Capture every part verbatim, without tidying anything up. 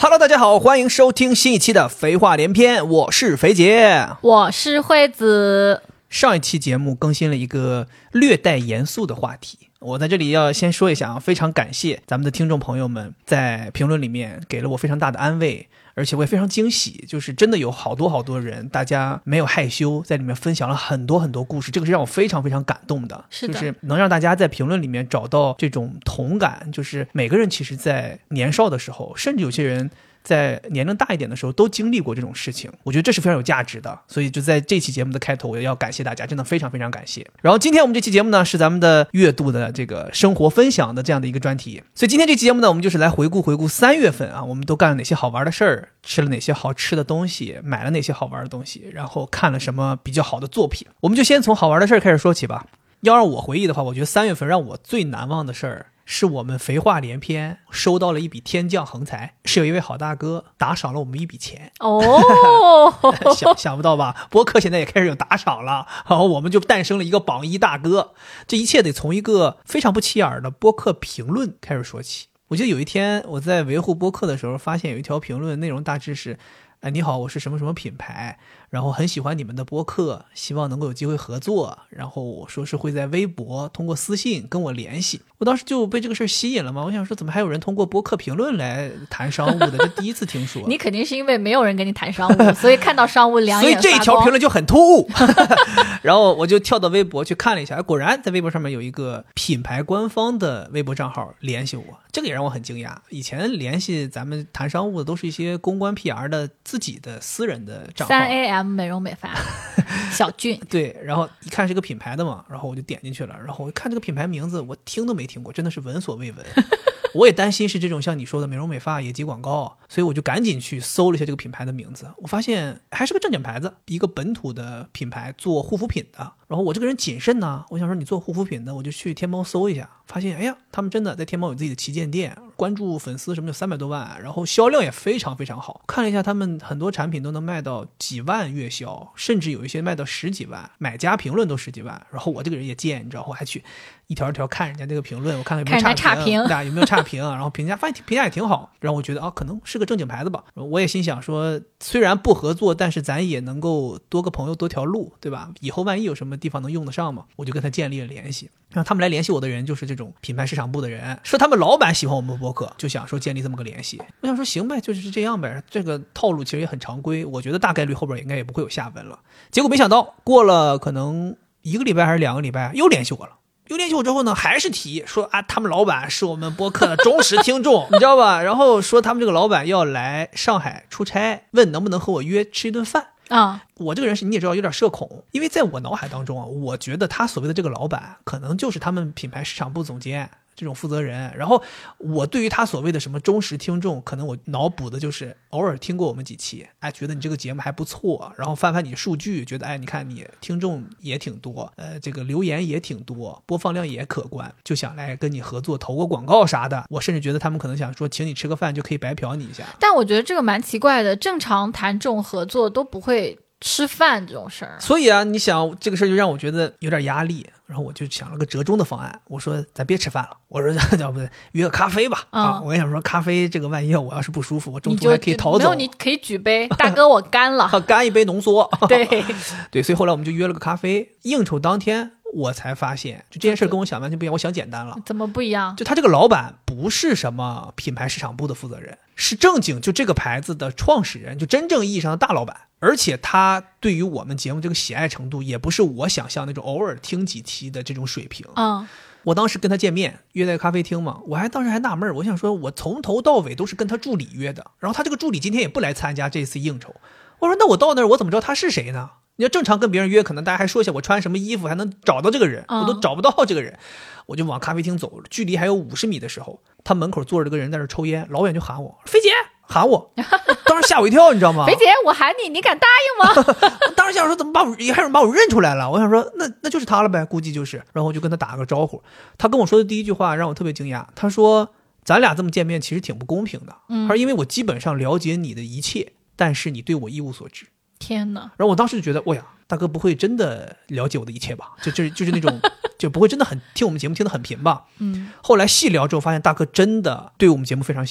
Hello， 大家好，欢迎收听新一期的肥话连篇，我是肥姐， 我是惠子。 上一期节目更新了一个略带严肃的话题，我在这里要先说一下啊，非常感谢咱们的听众朋友们在评论里面给了我非常大的安慰，而且我也非常惊喜，就是真的有好多好多人，大家没有害羞，在里面分享了很多很多故事，这个是让我非常非常感动的。 是的， 就是能让大家在评论里面找到这种同感，就是每个人其实在年少的时候，甚至有些人在年龄大一点的时候都经历过这种事情，我觉得这是非常有价值的。所以就在这期节目的开头，我也要感谢大家，真的非常非常感谢。然后今天我们这期节目呢，是咱们的月度的这个生活分享的这样的一个专题，所以今天这期节目呢，我们就是来回顾回顾三月份啊，我们都干了哪些好玩的事儿，吃了哪些好吃的东西，买了哪些好玩的东西，然后看了什么比较好的作品。我们就先从好玩的事儿开始说起吧。要让我回忆的话，我觉得三月份让我最难忘的事儿是我们肥话连篇收到了一笔天降横财，是有一位好大哥打赏了我们一笔钱哦想想不到吧，播客现在也开始有打赏了，然后我们就诞生了一个榜一大哥。这一切得从一个非常不起眼的播客评论开始说起。我记得有一天我在维护播客的时候，发现有一条评论内容大致是，哎，你好，我是什么什么品牌，然后很喜欢你们的播客，希望能够有机会合作，然后我说是会在微博通过私信跟我联系。我当时就被这个事儿吸引了嘛，我想说怎么还有人通过播客评论来谈商务的，这第一次听说。 你肯定是因为没有人跟你谈商务，所以看到商务两眼发光， 所以这一条评论就很突兀然后我就跳到微博去看了一下，果然在微博上面有一个品牌官方的微博账号联系我，这个也让我很惊讶。以前联系咱们谈商务的都是一些公关 P R 的自己的私人的账号， 三 A M 美容美发小俊对，然后一看是个品牌的嘛，然后我就点进去了，然后我看这个品牌名字我听都没听过，真的是闻所未闻我也担心是这种像你说的美容美发野鸡广告，所以我就赶紧去搜了一下这个品牌的名字，我发现还是个正经牌子，一个本土的品牌做护肤品的。然后我这个人谨慎呢，我想说你做护肤品的，我就去天猫搜一下，发现哎呀，他们真的在天猫有自己的旗舰店，关注粉丝什么有三百多万，然后销量也非常非常好。看了一下他们很多产品都能卖到几万月销，甚至有一些卖到十几万，买家评论都十几万。然后我这个人也贱，你知道，我还去一条一条看人家那个评论，我看看有没有差评，对，有没有差评，然后评价发现评价也挺好，然后我觉得啊，可能是个正经牌子吧。我也心想说，虽然不合作，但是咱也能够多个朋友多条路，对吧？以后万一有什么地方能用得上嘛，我就跟他建立了联系。让他们来联系我的人就是这种品牌市场部的人，说他们老板喜欢我们播客，就想说建立这么个联系。我想说行呗，就是这样呗，这个套路其实也很常规，我觉得大概率后边应该也不会有下文了。结果没想到过了可能一个礼拜还是两个礼拜，又联系我了。又联系我之后呢，还是提说啊，他们老板是我们播客的忠实听众你知道吧？然后说他们这个老板要来上海出差，问能不能和我约吃一顿饭啊。 我这个人是你也知道有点社恐，因为在我脑海当中啊，我觉得他所谓的这个老板可能就是他们品牌市场部总监这种负责人，然后我对于他所谓的什么忠实听众，可能我脑补的就是偶尔听过我们几期，哎，觉得你这个节目还不错，然后翻翻你数据，觉得哎，你看你听众也挺多，呃，这个留言也挺多，播放量也可观，就想来跟你合作，投个广告啥的。我甚至觉得他们可能想说，请你吃个饭就可以白嫖你一下。 但我觉得这个蛮奇怪的，正常谈这种合作都不会吃饭这种事儿。 所以啊，你想这个事儿就让我觉得有点压力。然后我就想了个折中的方案，我说咱别吃饭了，我说要不约个咖啡吧、嗯、啊！我也想说咖啡这个万一我要是不舒服，我中途还可以逃走。 没有，你可以举杯，大哥我干了， 干一杯浓缩。 对对，所以后来我们就约了个咖啡。应酬当天我才发现，就这件事跟我想完全不一样。我想简单了， 怎么不一样？ 就他这个老板不是什么品牌市场部的负责人，是正经就这个牌子的创始人，就真正意义上的大老板。而且他对于我们节目这个喜爱程度，也不是我想象那种偶尔听几期的这种水平。 嗯， 我当时跟他见面，约在咖啡厅嘛，我还当时还纳闷，我想说，我从头到尾都是跟他助理约的，然后他这个助理今天也不来参加这次应酬。我说，那我到那儿我怎么知道他是谁呢？你要正常跟别人约，可能大家还说一下我穿什么衣服，还能找到这个人，我都找不到这个人。我就往咖啡厅走，距离还有五十米的时候，他门口坐着个人在那抽烟，老远就喊我，菲姐。喊我，当时吓我一跳，你知道吗？ 肥姐，我喊你，你敢答应吗？ 我当时想说，怎么把我还有人把我认出来了？我想说，那那就是他了呗，估计就是。然后我就跟他打个招呼，他跟我说的第一句话让我特别惊讶，他说：“咱俩这么见面其实挺不公平的。”嗯，他说：“因为我基本上了解你的一切，但是你对我一无所知。” 天哪！ 然后我当时就觉得，哎呀，大哥不会真的了解我的一切吧？就就就是那种。就不会真的很听我们节目听得很频吧。 嗯， 后来细聊之后发现大哥真的对我们节目非常喜欢。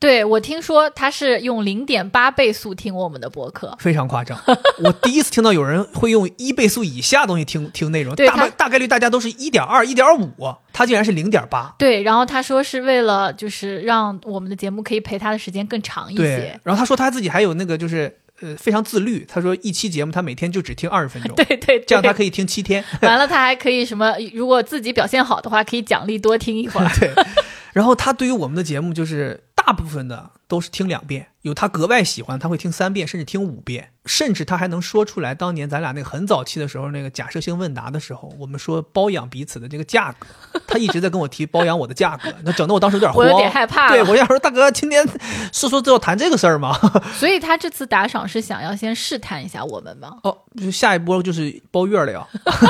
对，我听说他是用零点八倍速听我们的播客， 非常夸张。我第一次听到有人会用一倍速以下的东西听听内容，大大概率大家都是一点二、一点五，他竟然是零点八。 对，然后他说是为了就是让我们的节目可以陪他的时间更长一些。 对，然后他说他自己还有那个就是呃非常自律，他说一期节目他每天就只听二十分钟， 对对对， 这样他可以听七天。 完了，他还可以什么？如果自己表现好的话，可以奖励多听一会儿。 对，然后他对于我们的节目就是大部分的都是听两遍，有他格外喜欢，他会听三遍，甚至听五遍，甚至他还能说出来当年咱俩那个很早期的时候那个假设性问答的时候，我们说包养彼此的这个价格，他一直在跟我提包养我的价格，那整得我当时有点慌， 我有点害怕了。 对，我想说大哥，今天是说就要谈这个事儿吗？ 所以他这次打赏是想要先试探一下我们吗？ 哦，就下一波就是包月了呀。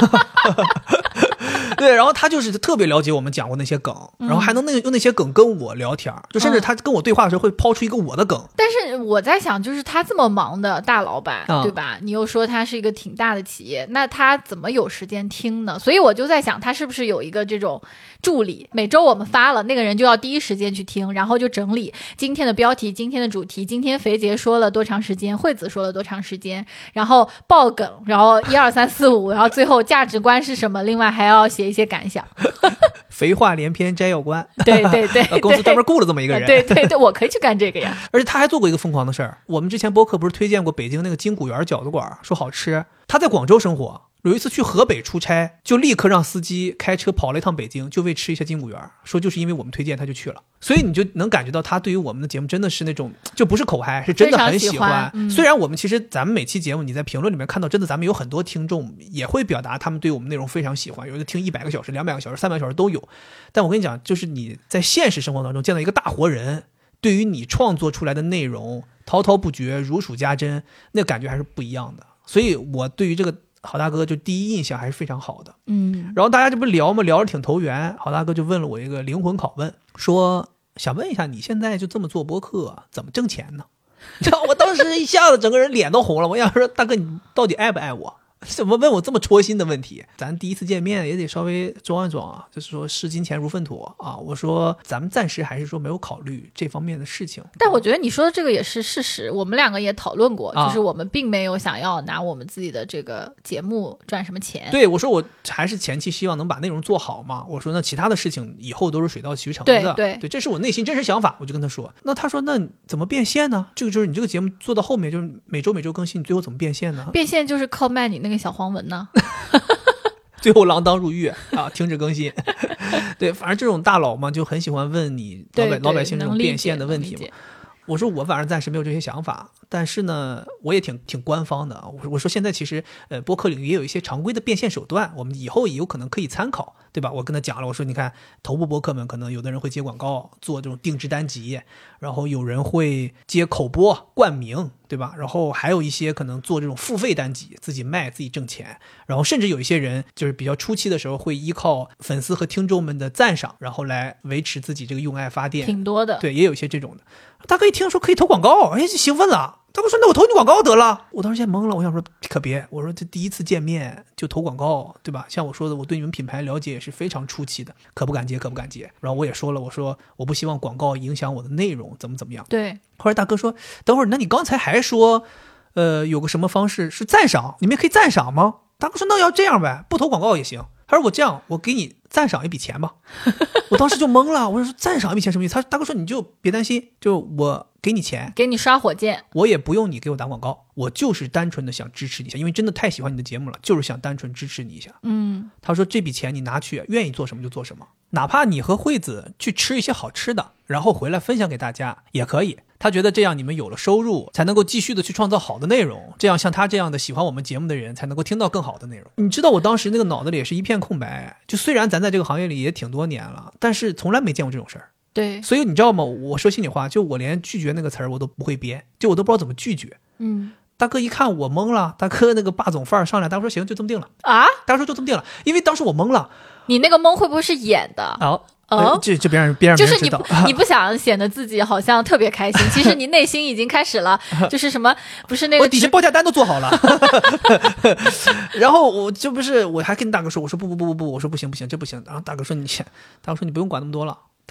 对，然后他就是特别了解我们讲过那些梗，然后还能那用那些梗跟我聊天，就甚至他跟我对话的时候会抛出一个我的梗。 但是我在想，就是他这么忙的大老板， 嗯、 对吧？你又说他是一个挺大的企业，那他怎么有时间听呢？所以我就在想，他是不是有一个这种助理，每周我们发了，那个人就要第一时间去听，然后就整理今天的标题、今天的主题、今天肥杰说了多长时间，惠子说了多长时间，然后爆梗，然后一二三四五，然后最后价值观是什么，另外还要写一些感想。 肥话连篇摘要观， 对对对， 公司专门雇了这么一个人。 对对对，我可以去干这个呀。 而且他还做过一个疯狂的事儿，我们之前播客不是推荐过北京那个金谷园饺子馆，说好吃。他在广州生活，有一次去河北出差，就立刻让司机开车跑了一趟北京，就为吃一下金谷园，说就是因为我们推荐他就去了。所以你就能感觉到他对于我们的节目真的是那种就不是口嗨，是真的很喜欢。 喜欢嗯、 虽然我们其实咱们每期节目你在评论里面看到，真的咱们有很多听众也会表达他们对我们内容非常喜欢，有的听一百个小时、两百个小时、三百个小时都有。但我跟你讲，就是你在现实生活当中见到一个大活人，对于你创作出来的内容滔滔不绝、如数家珍，那感觉还是不一样的。所以我对于这个郝大哥就第一印象还是非常好的。 嗯， 然后大家这不聊嘛，聊着挺投缘，郝大哥就问了我一个灵魂拷问，说想问一下你现在就这么做播客怎么挣钱呢？我当时一下子整个人脸都红了，我想说大哥你到底爱不爱我？怎么问我这么戳心的问题？咱第一次见面也得稍微装一装啊，就是说视金钱如粪土啊。我说咱们暂时还是说没有考虑这方面的事情。 但我觉得你说的这个也是事实，我们两个也讨论过， 啊、 就是我们并没有想要拿我们自己的这个节目赚什么钱。 对，我说我还是前期希望能把内容做好嘛。我说那其他的事情以后都是水到渠成的。 对对对，这是我内心真实想法。我就跟他说，那他说那怎么变现呢？这个就是你这个节目做到后面，就是每周每周更新，你最后怎么变现呢？ 变现就是靠卖你那个小黄文呢。 最后锒铛入狱啊，停止更新。对，反正这种大佬嘛，就很喜欢问你老百老百姓这种变现的问题嘛。我说我反正暂时没有这些想法，但是呢，我也挺挺官方的。我我说现在其实呃播客领域也有一些常规的变现手段，我们以后也有可能可以参考，对吧？我跟他讲了，我说你看头部播客们可能有的人会接广告，做这种定制单集，然后有人会接口播冠名，对吧？然后还有一些可能做这种付费单集，自己卖自己挣钱，然后甚至有一些人就是比较初期的时候会依靠粉丝和听众们的赞赏，然后来维持自己这个用爱发电， 挺多的。 对，也有一些这种的。大哥一听说可以投广告，哎，就兴奋了。大哥说那我投你广告得了。我当时先懵了，我想说可别，我说这第一次见面就投广告，对吧？像我说的，我对你们品牌了解也是非常初期的，可不敢接，可不敢接。然后我也说了，我说我不希望广告影响我的内容，怎么怎么样。 对。 后来大哥说，等会儿，那你刚才还说，呃，有个什么方式是赞赏，你们可以赞赏吗？大哥说那要这样呗，不投广告也行。他说我这样，我给你赞赏一笔钱吧。我当时就懵了，我说赞赏一笔钱什么意思？他大哥说你就别担心，就我给你钱， 给你刷火箭， 我也不用你给我打广告，我就是单纯的想支持你一下，因为真的太喜欢你的节目了，就是想单纯支持你一下。 嗯， 他说这笔钱你拿去，愿意做什么就做什么，哪怕你和惠子去吃一些好吃的，然后回来分享给大家也可以。他觉得这样你们有了收入，才能够继续的去创造好的内容，这样像他这样的喜欢我们节目的人才能够听到更好的内容。你知道我当时那个脑子里也是一片空白，就虽然咱在这个行业里也挺多年了，但是从来没见过这种事儿。 对， 所以你知道吗？我说心里话，就我连拒绝那个词儿我都不会编，就我都不知道怎么拒绝。 嗯， 大哥一看我懵了，大哥那个霸总范儿上来，大哥说行，就这么定了啊。 大哥说就这么定了，因为当时我懵了。 你那个懵会不会是演的？ 哦。 哦， 呃、这这别让别让别人知道， 就是你你不想显得自己好像特别开心，其实你内心已经开始了，就是什么不是那个我底下报价单都做好了，然后我就不是我还跟大哥说，我说不不不不不，我说不行不行这不行，然后大哥说你，大哥说你不用管那么多了。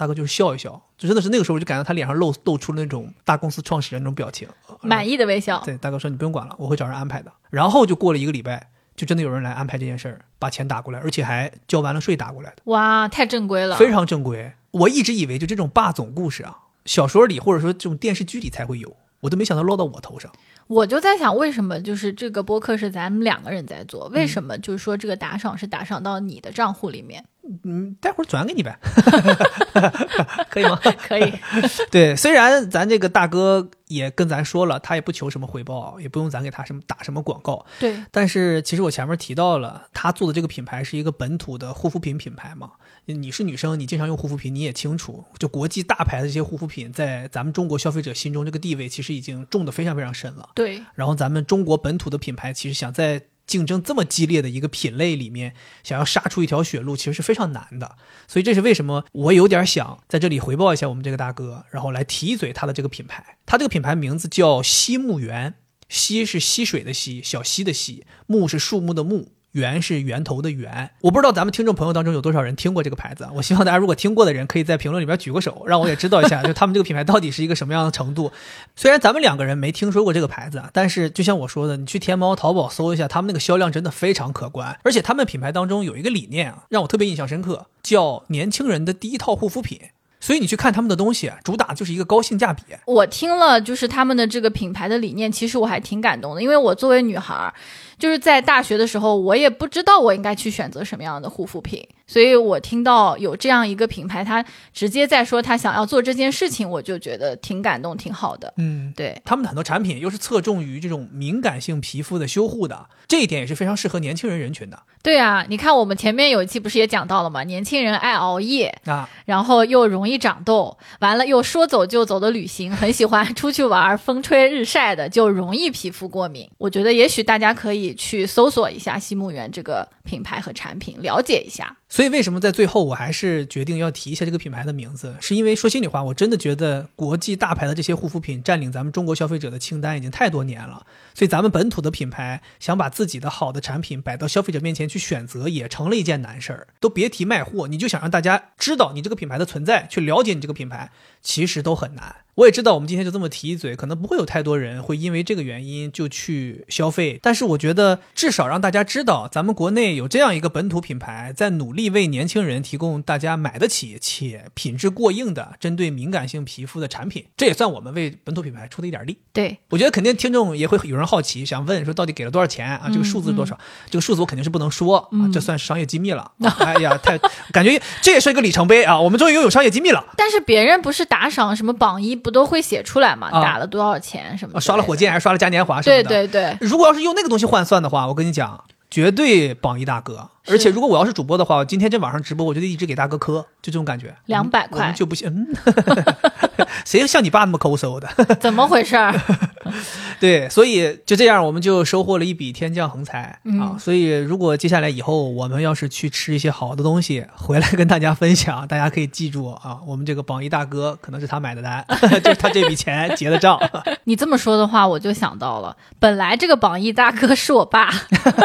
大哥就是笑一笑，就真的是那个时候我就感觉他脸上露露出了那种大公司创始人那种表情， 满意的微笑。 对，大哥说你不用管了，我会找人安排的。然后就过了一个礼拜，就真的有人来安排这件事儿，把钱打过来，而且还交完了税打过来的。 哇，太正规了， 非常正规。我一直以为就这种霸总故事啊，小说里或者说这种电视剧里才会有，我都没想到落到我头上。 我就在想，为什么就是这个播客是咱们两个人在做，为什么就是说这个打赏是打赏到你的账户里面？ 嗯，待会儿转给你呗，可以吗？ 可以。 对，虽然咱这个大哥也跟咱说了，他也不求什么回报，也不用咱给他什么打什么广告。 对。 但是其实我前面提到了，他做的这个品牌是一个本土的护肤品品牌嘛。你是女生，你经常用护肤品，你也清楚，就国际大牌的这些护肤品在咱们中国消费者心中这个地位其实已经种得非常非常深了。 对。 然后咱们中国本土的品牌其实想在竞争这么激烈的一个品类里面想要杀出一条血路其实是非常难的，所以这是为什么我有点想在这里回报一下我们这个大哥，然后来提一嘴他的这个品牌。他这个品牌名字叫溪木源，溪是溪水的溪，小溪的溪，木是树木的木，源是源头的源。我不知道咱们听众朋友当中有多少人听过这个牌子，我希望大家如果听过的人可以在评论里面举个手，让我也知道一下就他们这个品牌到底是一个什么样的程度。虽然咱们两个人没听说过这个牌子，但是就像我说的，你去天猫淘宝搜一下，他们那个销量真的非常可观。而且他们品牌当中有一个理念啊，让我特别印象深刻，叫年轻人的第一套护肤品。所以你去看他们的东西，主打就是一个高性价比。 我听了就是他们的这个品牌的理念，其实我还挺感动的，因为我作为女孩，就是在大学的时候，我也不知道我应该去选择什么样的护肤品，所以我听到有这样一个品牌，他直接在说他想要做这件事情，我就觉得挺感动，挺好的。 嗯， 对， 他们的很多产品又是侧重于这种敏感性皮肤的修护的，这一点也是非常适合年轻人人群的。 对啊，你看我们前面有一期不是也讲到了吗？年轻人爱熬夜啊， 然后又容易长痘，完了又说走就走的旅行，很喜欢出去玩，风吹日晒的，就容易皮肤过敏。我觉得也许大家可以去搜索一下溪木源这个品牌和产品，了解一下。 所以为什么在最后我还是决定要提一下这个品牌的名字，是因为说心里话，我真的觉得国际大牌的这些护肤品占领咱们中国消费者的清单已经太多年了，所以咱们本土的品牌想把自己的好的产品摆到消费者面前去选择，也成了一件难事儿。都别提卖货，你就想让大家知道你这个品牌的存在，去了解你这个品牌，其实都很难。我也知道我们今天就这么提一嘴，可能不会有太多人会因为这个原因就去消费，但是我觉得至少让大家知道咱们国内有这样一个本土品牌在努力为年轻人提供大家买得起且品质过硬的针对敏感性皮肤的产品，这也算我们为本土品牌出的一点力。 对， 我觉得肯定听众也会有人好奇，想问说到底给了多少钱啊？这个数字是多少？嗯嗯、这个数字我肯定是不能说、嗯、啊，这算是商业机密了。啊、哎呀，太感觉这也是一个里程碑啊！我们终于拥有商业机密了。 但是别人不是打赏什么榜一不都会写出来嘛、啊、打了多少钱什么的、啊、 刷了火箭还是刷了嘉年华什么的。 对对对， 如果要是用那个东西换算的话，我跟你讲绝对榜一大哥。而且如果我要是主播的话，今天这晚上直播我就得一直给大哥磕，就这种感觉。 两百块我们就不行谁像你爸那么抠搜的怎么回事对，所以就这样我们就收获了一笔天降横财、嗯、啊！所以如果接下来以后我们要是去吃一些好的东西回来跟大家分享，大家可以记住啊，我们这个榜一大哥可能是他买的单就是他这笔钱结的账你这么说的话我就想到了，本来这个榜一大哥是我爸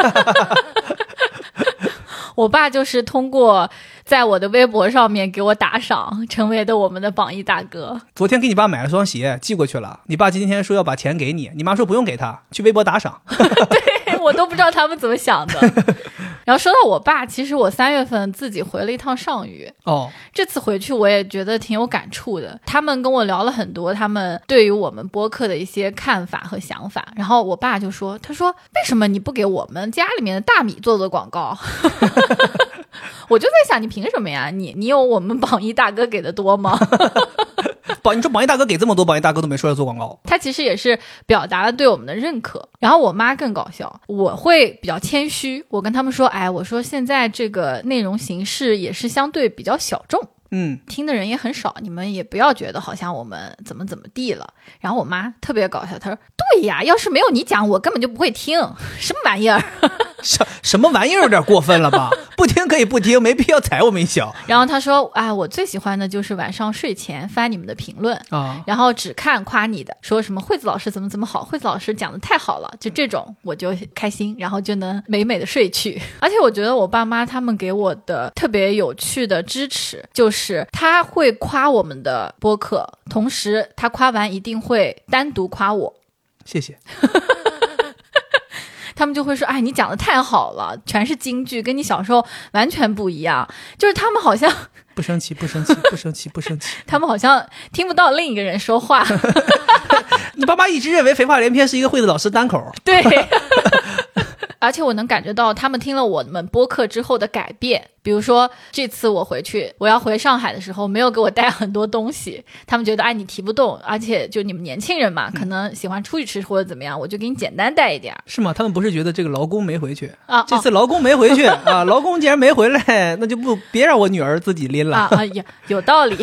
我爸就是通过在我的微博上面给我打赏成为的我们的榜一大哥。 昨天给你爸买了双鞋寄过去了，你爸今天说要把钱给你，你妈说不用给他，去微博打赏对，我都不知道他们怎么想的然后说到我爸，其实我三月份自己回了一趟上虞哦， 这次回去我也觉得挺有感触的，他们跟我聊了很多他们对于我们播客的一些看法和想法，然后我爸就说，他说为什么你不给我们家里面的大米做做广告我就在想，你凭什么呀？你你有我们榜一大哥给的多吗榜你说榜一大哥给这么多，榜一大哥都没说要做广告。 他其实也是表达了对我们的认可。然后我妈更搞笑，我会比较谦虚，我跟他们说，哎，我说现在这个内容形式也是相对比较小众， 嗯， 听的人也很少，你们也不要觉得好像我们怎么怎么地了。然后我妈特别搞笑，她说对呀，要是没有你讲我根本就不会听，什么玩意儿什什么玩意儿有点过分了吧？不听可以不听，没必要踩我们一脚。 然后他说，哎，我最喜欢的就是晚上睡前翻你们的评论啊， 然后只看夸你的，说什么惠子老师怎么怎么好，惠子老师讲的太好了，就这种我就开心，然后就能美美的睡去。而且我觉得我爸妈他们给我的特别有趣的支持，就是他会夸我们的播客，同时他夸完一定会单独夸我。 谢谢。 他们就会说，哎，你讲的太好了，全是金句，跟你小时候完全不一样。就是他们好像不生气不生气不生气不生气他们好像听不到另一个人说话。 你爸妈一直认为肥话连篇是一个惠子老师单口。 对。而且我能感觉到他们听了我们播客之后的改变，比如说这次我回去我要回上海的时候，没有给我带很多东西，他们觉得哎你提不动，而且就你们年轻人嘛，可能喜欢出去吃或者怎么样，我就给你简单带一点。 是吗？他们不是觉得这个劳工没回去啊？ 这次劳工没回去啊，劳工既然没回来，那就不别让我女儿自己拎了啊啊，有有道理。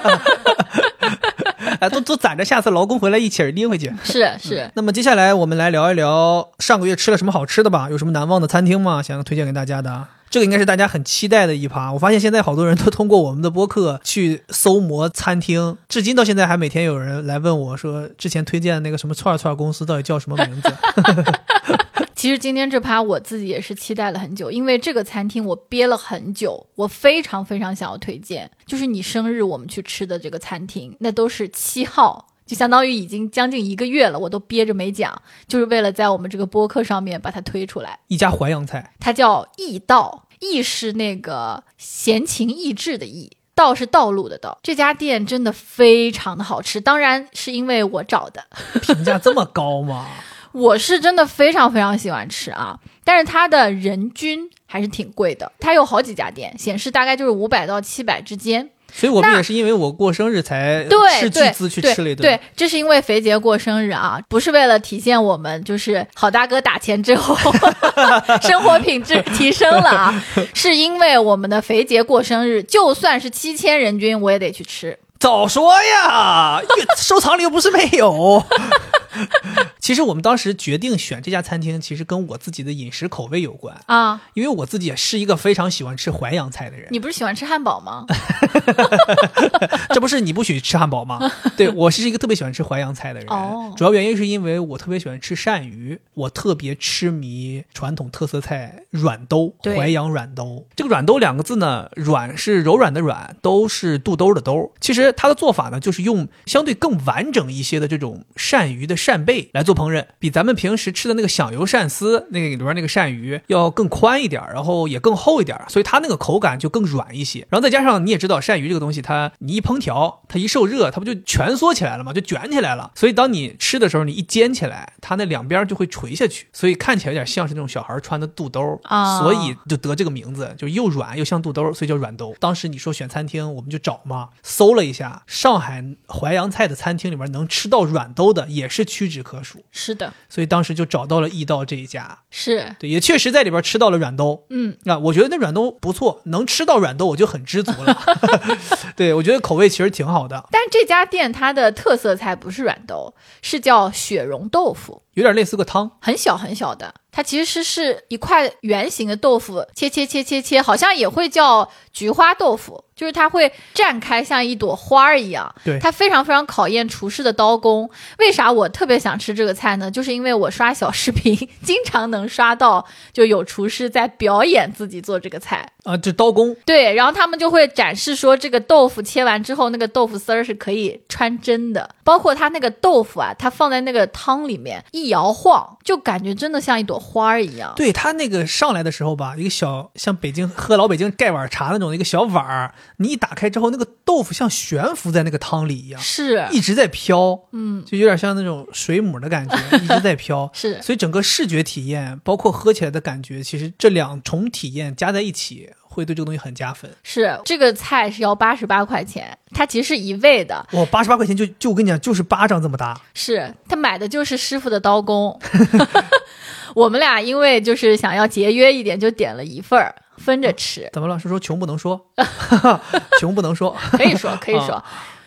哎，都都攒着下次劳工回来一起拎回去。 是是、 嗯。那么接下来我们来聊一聊上个月吃了什么好吃的吧？有什么难忘的餐厅吗？想要推荐给大家的？这个应该是大家很期待的一趴。我发现现在好多人都通过我们的播客去搜魔餐厅，至今到现在还每天有人来问我说，之前推荐的那个什么串串公司到底叫什么名字？ 其实今天这趴我自己也是期待了很久，因为这个餐厅我憋了很久，我非常非常想要推荐，就是你生日我们去吃的这个餐厅，那都是七号，就相当于已经将近一个月了，我都憋着没讲，就是为了在我们这个播客上面把它推出来。 一家淮扬菜， 它叫义道，义是那个闲情逸致的逸，道是道路的道。这家店真的非常的好吃，当然是因为我找的。 评价这么高吗？ 我是真的非常非常喜欢吃啊，但是它的人均还是挺贵的，它有好几家店，显示大概就是五百到七百之间。 所以我们也是因为我过生日才斥巨资去吃了一顿。 对，这是因为肥杰过生日啊，不是为了体现我们就是好大哥打钱之后生活品质提升了啊，是因为我们的肥杰过生日，就算是七千人均我也得去吃。 早说呀，收藏里又不是没有。其实我们当时决定选这家餐厅，其实跟我自己的饮食口味有关啊， 因为我自己也是一个非常喜欢吃淮扬菜的人。 你不是喜欢吃汉堡吗？ 这不是你不许吃汉堡吗？对，我是一个特别喜欢吃淮扬菜的人、哦、主要原因是因为我特别喜欢吃鳝鱼，我特别痴迷传统特色菜软兜，淮扬软兜。这个软兜两个字呢，软是柔软的软，兜是肚兜的兜。其实它的做法呢，就是用相对更完整一些的这种鳝鱼的扇贝来做烹饪，比咱们平时吃的那个响油鳝丝那个里边那个鳝鱼要更宽一点，然后也更厚一点，所以它那个口感就更软一些。然后再加上你也知道鳝鱼这个东西，它你一烹调，它一受热，它不就蜷缩起来了吗？就卷起来了。所以当你吃的时候，你一煎起来，它那两边就会垂下去，所以看起来有点像是那种小孩穿的肚兜、哦、所以就得这个名字，就又软又像肚兜，所以叫软兜。当时你说选餐厅，我们就找嘛，搜了一下，上海淮扬菜的餐厅里面能吃到软兜的也是屈指可数。 是的， 所以当时就找到了义道这一家， 是对，也确实在里边吃到了软兜。 嗯， 啊，我觉得那软兜不错，能吃到软兜我就很知足了。对，我觉得口味其实挺好的。 但这家店它的特色菜不是软兜，是叫雪绒豆腐， 有点类似个汤， 很小很小的。它其实是一块圆形的豆腐，切切切切切，好像也会叫菊花豆腐，就是它会绽开像一朵花一样。 对， 它非常非常考验厨师的刀工。为啥我特别想吃这个菜呢？就是因为我刷小视频经常能刷到就有厨师在表演自己做这个菜啊，这刀工。 对，然后他们就会展示说这个豆腐切完之后那个豆腐丝儿是可以穿针的，包括它那个豆腐啊，它放在那个汤里面一摇晃，就感觉真的像一朵花一样。 对，它那个上来的时候吧，一个小像北京喝老北京盖碗茶那种一个小碗，你一打开之后，那个豆腐像悬浮在那个汤里一样， 是一直在飘， 嗯， 就有点像那种水母的感觉，一直在飘。 是， 所以整个视觉体验，包括喝起来的感觉，其实这两重体验加在一起，会对这个东西很加分。 是，这个菜是要八十八块钱，它其实是一味的。 哇，八十八块钱就就我跟你讲，就是巴掌这么大。 是，他买的就是师傅的刀工。我们俩因为就是想要节约一点，就点了一份儿，分着吃。 怎么了？是说穷不能说？穷不能说？ 可以说，可以说。啊，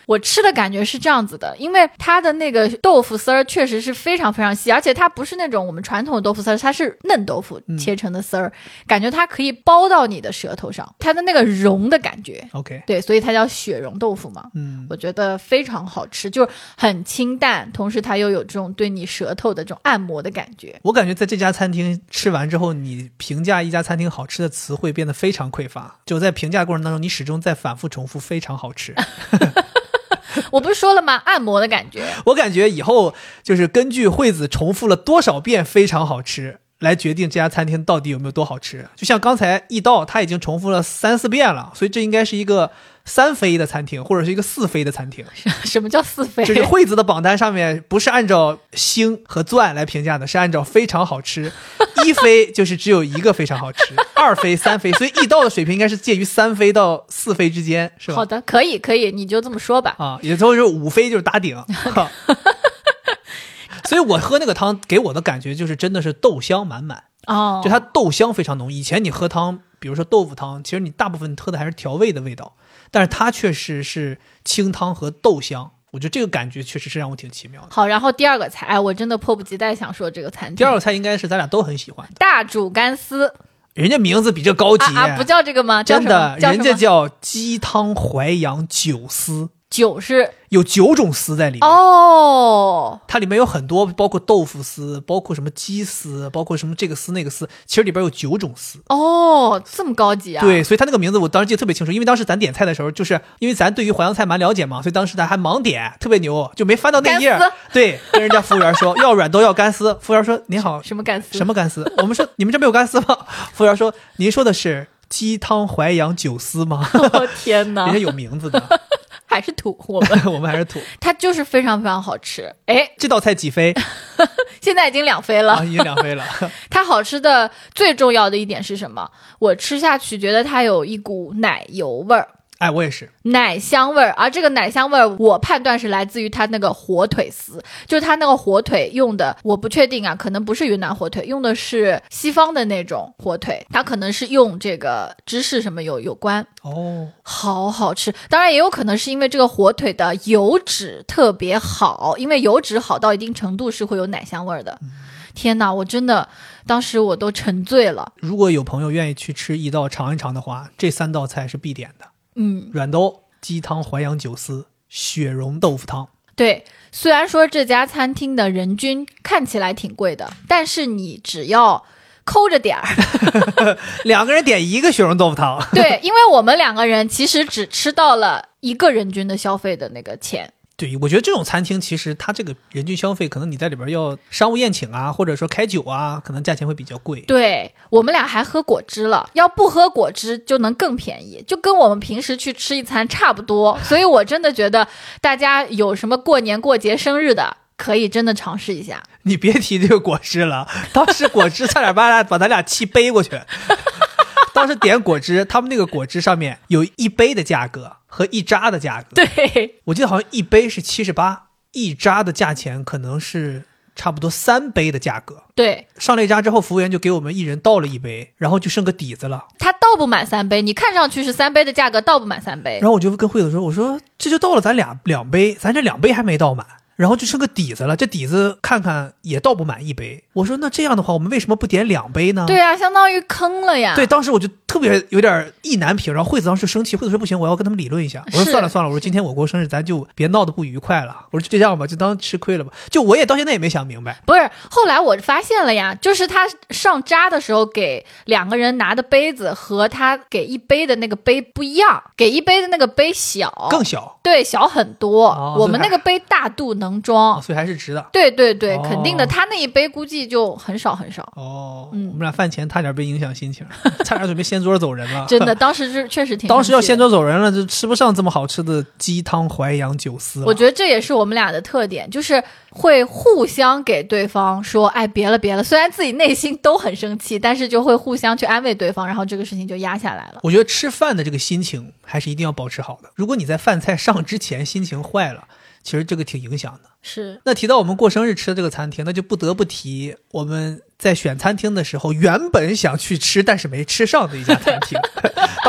我吃的感觉是这样子的，因为它的那个豆腐丝儿确实是非常非常细，而且它不是那种我们传统的豆腐丝儿，它是嫩豆腐切成的丝儿、嗯、感觉它可以包到你的舌头上，它的那个融的感觉 OK 对，所以它叫雪绒豆腐嘛。嗯，我觉得非常好吃，就是很清淡，同时它又有这种对你舌头的这种按摩的感觉。 我感觉在这家餐厅吃完之后，你评价一家餐厅好吃的词汇变得非常匮乏，就在评价过程当中你始终在反复重复非常好吃我不是说了吗？按摩的感觉。 我感觉以后就是根据惠子重复了多少遍非常好吃来决定这家餐厅到底有没有多好吃。就像刚才易道他已经重复了三四遍了，所以这应该是一个三飞的餐厅，或者是一飞飞的餐厅。 什么叫四飞？ 就是惠子的榜单上面不是按照星和钻来评价的，是按照非常好吃。一飞就是只有一个非常好吃，二飞三飞，所以易道的水平应该是介于三飞到四飞之间，是吧？ 好的，可以可以，你就这么说吧。 啊，也就是五飞就是打顶。所以我喝那个汤给我的感觉就是真的是豆香满满哦， 就它豆香非常浓。以前你喝汤，比如说豆腐汤，其实你大部分喝的还是调味的味道，但是它确实是清汤和豆香。我觉得这个感觉确实是让我挺奇妙的。 好，然后第二个菜，我真的迫不及待想说这个餐厅。 第二个菜应该是咱俩都很喜欢的大煮干丝， 人家名字比这高级啊啊，不叫这个吗？ 真的， 叫人家叫鸡汤淮扬酒丝。 酒是有九种丝在里面哦， 它里面有很多，包括豆腐丝，包括什么鸡丝，包括什么这个丝那个丝，其实里边有九种丝哦，这么高级啊！ 对，所以它那个名字我当时记得特别清楚，因为当时咱点菜的时候，就是因为咱对于淮扬菜蛮了解嘛，所以当时咱还盲点，特别牛，就没翻到那页。对，跟人家服务员说要软豆要干丝，服务员说您好， 什么干丝？ 什么干丝？我们说你们这边有干丝吗？服务员说您说的是鸡汤淮扬酒丝吗？ 哦天哪， 人家有名字的。 还是土，我们我们还是土， 它就是非常非常好吃。哎， 这道菜几飞？ 现在已经两飞了， 啊，已经两飞了。 它好吃的最重要的一点是什么？我吃下去觉得它有一股奶油味儿。 哎，我也是奶香味儿，而这个奶香味儿，我判断是来自于它那个火腿丝，就是它那个火腿用的，我不确定啊，可能不是云南火腿，用的是西方的那种火腿，它可能是用这个芝士什么有有关哦， 好好吃。当然也有可能是因为这个火腿的油脂特别好，因为油脂好到一定程度是会有奶香味儿的。嗯天哪，我真的当时我都沉醉了。 如果有朋友愿意去吃一道尝一尝的话，这三道菜是必点的。 嗯， 软豆、鸡汤淮扬酒丝、雪绒豆腐汤。 对，虽然说这家餐厅的人均看起来挺贵的，但是你只要抠着点儿两个人点一个雪绒豆腐汤。 对，因为我们两个人其实只吃到了一个人均的消费的那个钱。 对，我觉得这种餐厅其实它这个人均消费可能你在里边要商务宴请啊，或者说开酒啊，可能价钱会比较贵。 对，我们俩还喝果汁了，要不喝果汁就能更便宜，就跟我们平时去吃一餐差不多。所以我真的觉得大家有什么过年过节生日的可以真的尝试一下。 你别提这个果汁了，当时果汁差点把把咱俩气背过去。当时点果汁，他们那个果汁上面有一杯的价格和一扎的价格。 对， 我记得好像一杯是七十八，一扎的价钱可能是差不多三杯的价格。 对， 上了一扎之后，服务员就给我们一人倒了一杯，然后就剩个底子了。 他倒不满三杯，你看上去是三杯的价格，倒不满三杯。 然后我就跟惠子说，我说这就倒了咱俩两杯，咱这两杯还没倒满。然后就剩个底子了，这底子看看也倒不满一杯。我说那这样的话，我们为什么不点两杯呢？ 对啊，相当于坑了呀。 对，当时我就特别有点意难平。然后惠子当时生气，惠子说不行，我要跟他们理论一下。我说算了算了，我说今天我过生日，咱就别闹得不愉快了。我说就这样吧，就当吃亏了吧。就我也到现在也没想明白。 不是，后来我发现了呀，就是他上扎的时候给两个人拿的杯子和他给一杯的那个杯不一样，给一杯的那个杯小， 更小。 对，小很多。 哦、 我们那个杯大肚能装。 哦，所以还是值的。 对对对、 哦、 肯定的，他那一杯估计就很少很少。 哦，嗯，我们俩饭前差点被影响心情，差点准备掀桌走人了。 真的，当时是确实挺， 当时要掀桌走人了，就吃不上这么好吃的鸡汤淮扬酒丝。 我觉得这也是我们俩的特点，就是会互相给对方说，哎，别了别了，虽然自己内心都很生气，但是就会互相去安慰对方，然后这个事情就压下来了。 我觉得吃饭的这个心情还是一定要保持好的。如果你在饭菜上之前心情坏了，其实这个挺影响的。 是。 那提到我们过生日吃的这个餐厅，那就不得不提我们在选餐厅的时候原本想去吃但是没吃上的一家餐厅。当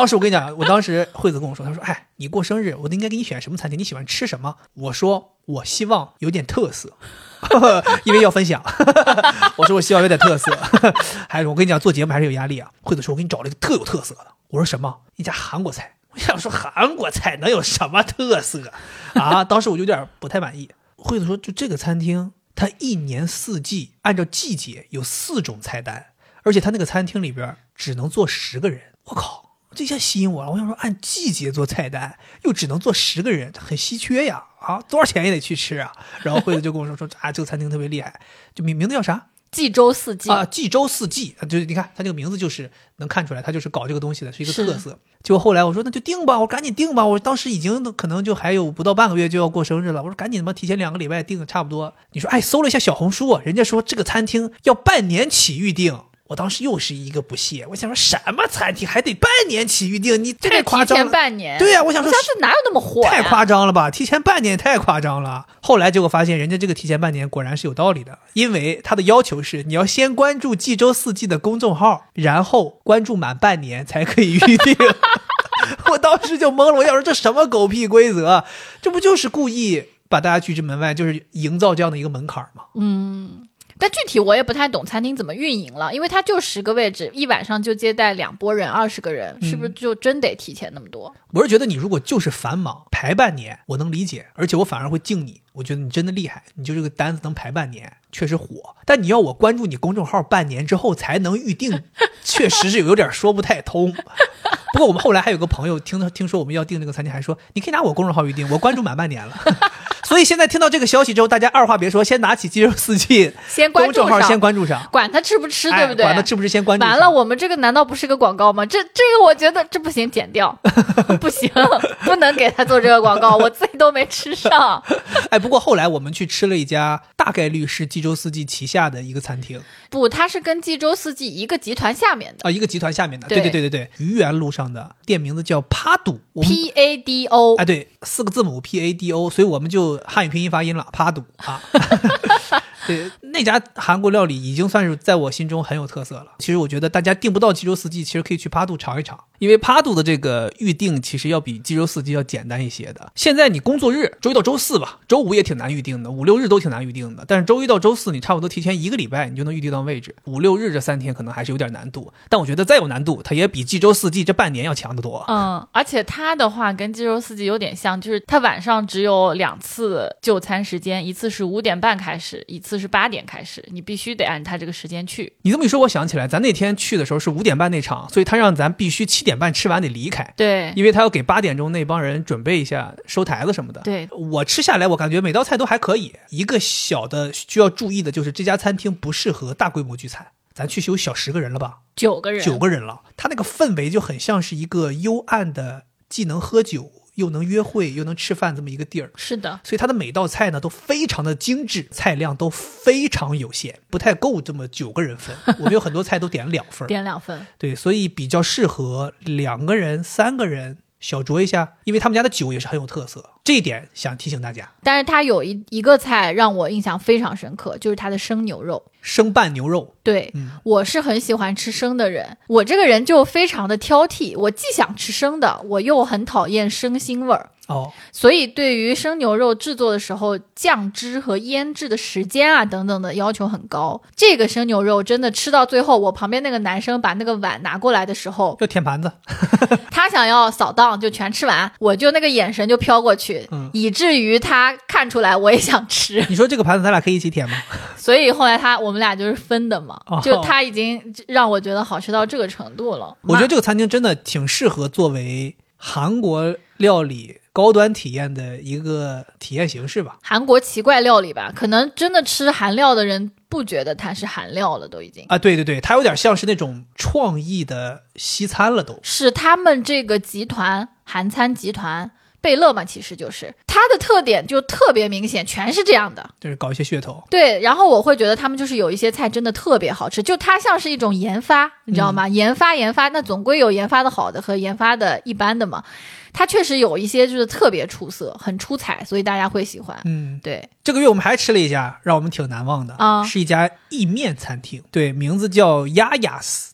当时我跟你讲，我当时惠子跟我说，他说哎，你过生日我都应该给你选什么餐厅，你喜欢吃什么？我说我希望有点特色因为要分享我说我希望有点特色还是我跟你讲，做节目还是有压力啊。惠子说我给你找了一个特有特色的。我说什么？一家韩国菜。我想说韩国菜能有什么特色啊？当时我就有点不太满意。惠子说就这个餐厅它一年四季按照季节有四种菜单，而且它那个餐厅里边只能坐十个人。我靠，这下吸引我了。我想说按季节做菜单又只能坐十个人，很稀缺呀，啊，多少钱也得去吃啊。然后惠子就跟我说说啊，这个餐厅特别厉害，就名名字叫啥？ 冀州四季啊，冀州四季，就是你看它这个名字就是能看出来，它就是搞这个东西的，是一个特色。结果后来我说那就定吧，我赶紧定吧。我当时已经可能就还有不到半个月就要过生日了，我说赶紧吧，提前两个礼拜定差不多。你说哎，搜了一下小红书啊，人家说这个餐厅要半年起预定。我当时又是一个不屑，我想说什么餐厅还得半年起预定？你太夸张了！ 提前半年， 对呀、啊，我想说这哪有那么火、啊？ 太夸张了吧！提前半年太夸张了。后来结果发现，人家这个提前半年果然是有道理的，因为他的要求是你要先关注冀州四季的公众号，然后关注满半年才可以预定。我当时就懵了，我想说这什么狗屁规则？这不就是故意把大家拒之门外，就是营造这样的一个门槛吗？ 嗯。但具体我也不太懂餐厅怎么运营了，因为它就十个位置，一晚上就接待两拨人，二十个人，是不是就真得提前那么多？ 嗯、我是觉得你如果就是繁忙排半年，我能理解，而且我反而会敬你，我觉得你真的厉害，你就这个单子能排半年，确实火。但你要我关注你公众号半年之后才能预定，确实是有点说不太通。不过我们后来还有个朋友听听说我们要订这个餐厅，还说你可以拿我公众号预定，我关注满半年了。所以现在听到这个消息之后，大家二话别说，先拿起冀州四季先关注上， 公众号先关注上， 管他吃不吃， 哎、 对不对？ 管他吃不吃先关注上。 完了，我们这个难道不是个广告吗？这这个我觉得这不行，剪掉，不行，不能给他做这个广告，我自己都没吃上。 哎，不过后来我们去吃了一家大概率是冀州四季旗下的一个餐厅， 不，它是跟冀州四季一个集团下面的啊，一个集团下面的， 对对对对对对，愚园路上的店名字叫趴肚 ，P A D O， 哎，对，四个字母 P A D O， 所以我们就汉语拼音发音了，趴肚啊。对，那家韩国料理已经算是在我心中很有特色了。其实我觉得大家订不到冀州四季，其实可以去趴肚尝一尝，因为趴肚的这个预定其实要比冀州四季要简单一些的。现在你工作日周一到周四吧，周五也挺难预定的，五六日都挺难预定的，但是周一到周四你差不多提前一个礼拜你就能预定到位置，五六日这三天可能还是有点难度，但我觉得再有难度它也比冀州四季这半年要强得多。 嗯，而且它的话跟冀州四季有点像，就是它晚上只有两次就餐时间，一次是五点半开始，一次是八点开始，你必须得按它这个时间去。 你这么一说我想起来，咱那天去的时候是五点半那场，所以他让咱必须七点半吃完得离开， 对， 因为他要给八点钟那帮人准备一下收台子什么的。 对， 我吃下来我感觉每道菜都还可以，一个小的需要注意的就是这家餐厅不适合大规模聚餐，咱去有小十个人了吧， 九个人， 九个人了，他那个氛围就很像是一个幽暗的既能喝酒又能约会又能吃饭这么一个地儿。 是的， 所以它的每道菜呢都非常的精致，菜量都非常有限，不太够这么九个人分。我们有很多菜都点了两份， 点两份， 对，所以比较适合两个人、三个人小酌一下，因为他们家的酒也是很有特色，这一点想提醒大家。 但是它有一一个菜让我印象非常深刻，就是它的生牛肉。 生拌牛肉， 对、嗯、我是很喜欢吃生的人，我这个人就非常的挑剔，我既想吃生的，我又很讨厌生腥味儿哦， 所以对于生牛肉制作的时候，酱汁和腌制的时间啊等等的要求很高。这个生牛肉真的吃到最后，我旁边那个男生把那个碗拿过来的时候， 要舔盘子， 他想要扫荡就全吃完，我就那个眼神就飘过去、嗯、以至于他看出来我也想吃。 你说这个盘子咱俩可以一起舔吗？ 所以后来他我们俩就是分的嘛、哦、就他已经让我觉得好吃到这个程度了。 我觉得这个餐厅真的挺适合作为韩国料理高端体验的一个体验形式吧， 韩国奇怪料理吧，可能真的吃韩料的人不觉得它是韩料了，都已经啊，对对对，它有点像是那种创意的西餐了都， 是他们这个集团韩餐集团贝乐嘛，其实就是它的特点就特别明显，全是这样的， 就是搞一些噱头。 对，然后我会觉得他们就是有一些菜真的特别好吃，就它像是一种研发，你知道吗、嗯、研发研发，那总归有研发的好的和研发的一般的嘛，它确实有一些就是特别出色，很出彩，所以大家会喜欢。 嗯， 对。 这个月我们还吃了一家让我们挺难忘的啊，是一家意面餐厅，对，名字叫丫丫斯。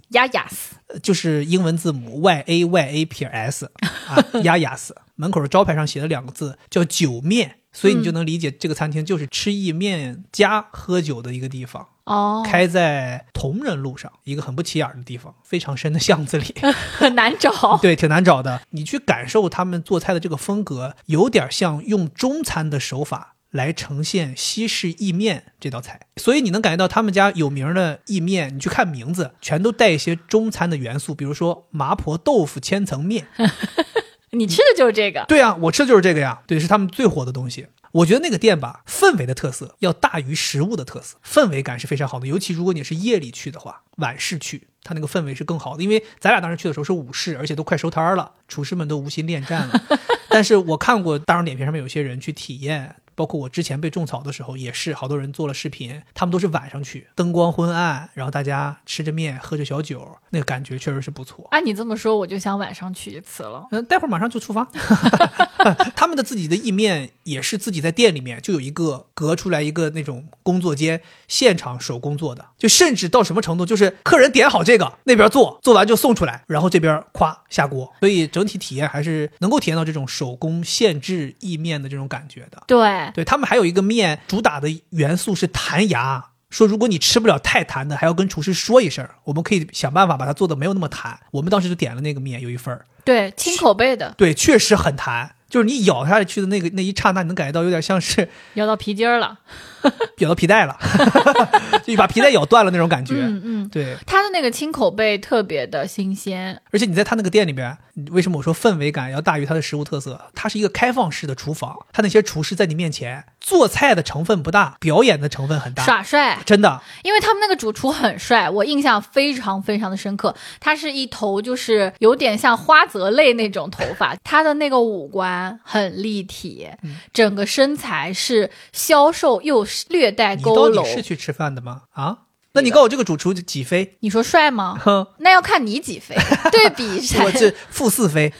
鸭雅斯就是英文字母 Y A Y A 撇 S 啊，鸭雅斯。门口的招牌上写了两个字叫酒面，所以你就能理解这个餐厅就是吃意面加喝酒的一个地方。 哦， 开在同仁路上一个很不起眼的地方，非常深的巷子里， 很难找。 对，挺难找的。你去感受他们做菜的这个风格，有点像用中餐的手法来呈现西式意面这道菜，所以你能感觉到他们家有名的意面，你去看名字全都带一些中餐的元素，比如说麻婆豆腐千层面你吃的就是这个？ 对啊，我吃的就是这个呀。对，是他们最火的东西。我觉得那个店吧，氛围的特色要大于食物的特色，氛围感是非常好的。尤其如果你是夜里去的话，晚市去，它那个氛围是更好的。因为咱俩当时去的时候是午市，而且都快收摊了，厨师们都无心恋战了。但是我看过大众点评上面有些人去体验，包括我之前被种草的时候也是，好多人做了视频，他们都是晚上去，灯光昏暗，然后大家吃着面喝着小酒，那个感觉确实是不错。 啊，你这么说我就想晚上去一次了。 嗯，待会儿马上就出发。他们的自己的意面也是自己在店里面就有一个隔出来一个那种工作间，现场手工做的，就甚至到什么程度，就是客人点好这个，那边做，做完就送出来，然后这边咵下锅，所以整体体验还是能够体验到这种手工现制意面的这种感觉的。 对， 对，他们还有一个面主打的元素是弹牙，说如果你吃不了太弹的，还要跟厨师说一声，我们可以想办法把它做的没有那么弹。我们当时就点了那个面，有一份，对， 轻口味的， 对，确实很弹，就是你咬下去的那个那一刹那，你能感觉到有点像是咬到皮筋了， 咬到皮带了，就把皮带咬断了那种感觉。 嗯嗯， 对， 它的那个轻口味特别的新鲜， 而且你在他那个店里边，为什么我说氛围感要大于它的食物特色？它是一个开放式的厨房，它那些厨师在你面前做菜的成分不大，表演的成分很大， 耍帅， 真的。 因为他们那个主厨很帅，我印象非常非常的深刻。他是一头就是有点像花泽类那种头发，他的那个五官很立体，嗯、整个身材是消瘦又略带佝偻。 你到底是去吃饭的吗？啊？那你告诉我这个主厨几飞？ 你说帅吗？那要看你几飞，对比才。 我是负四飞。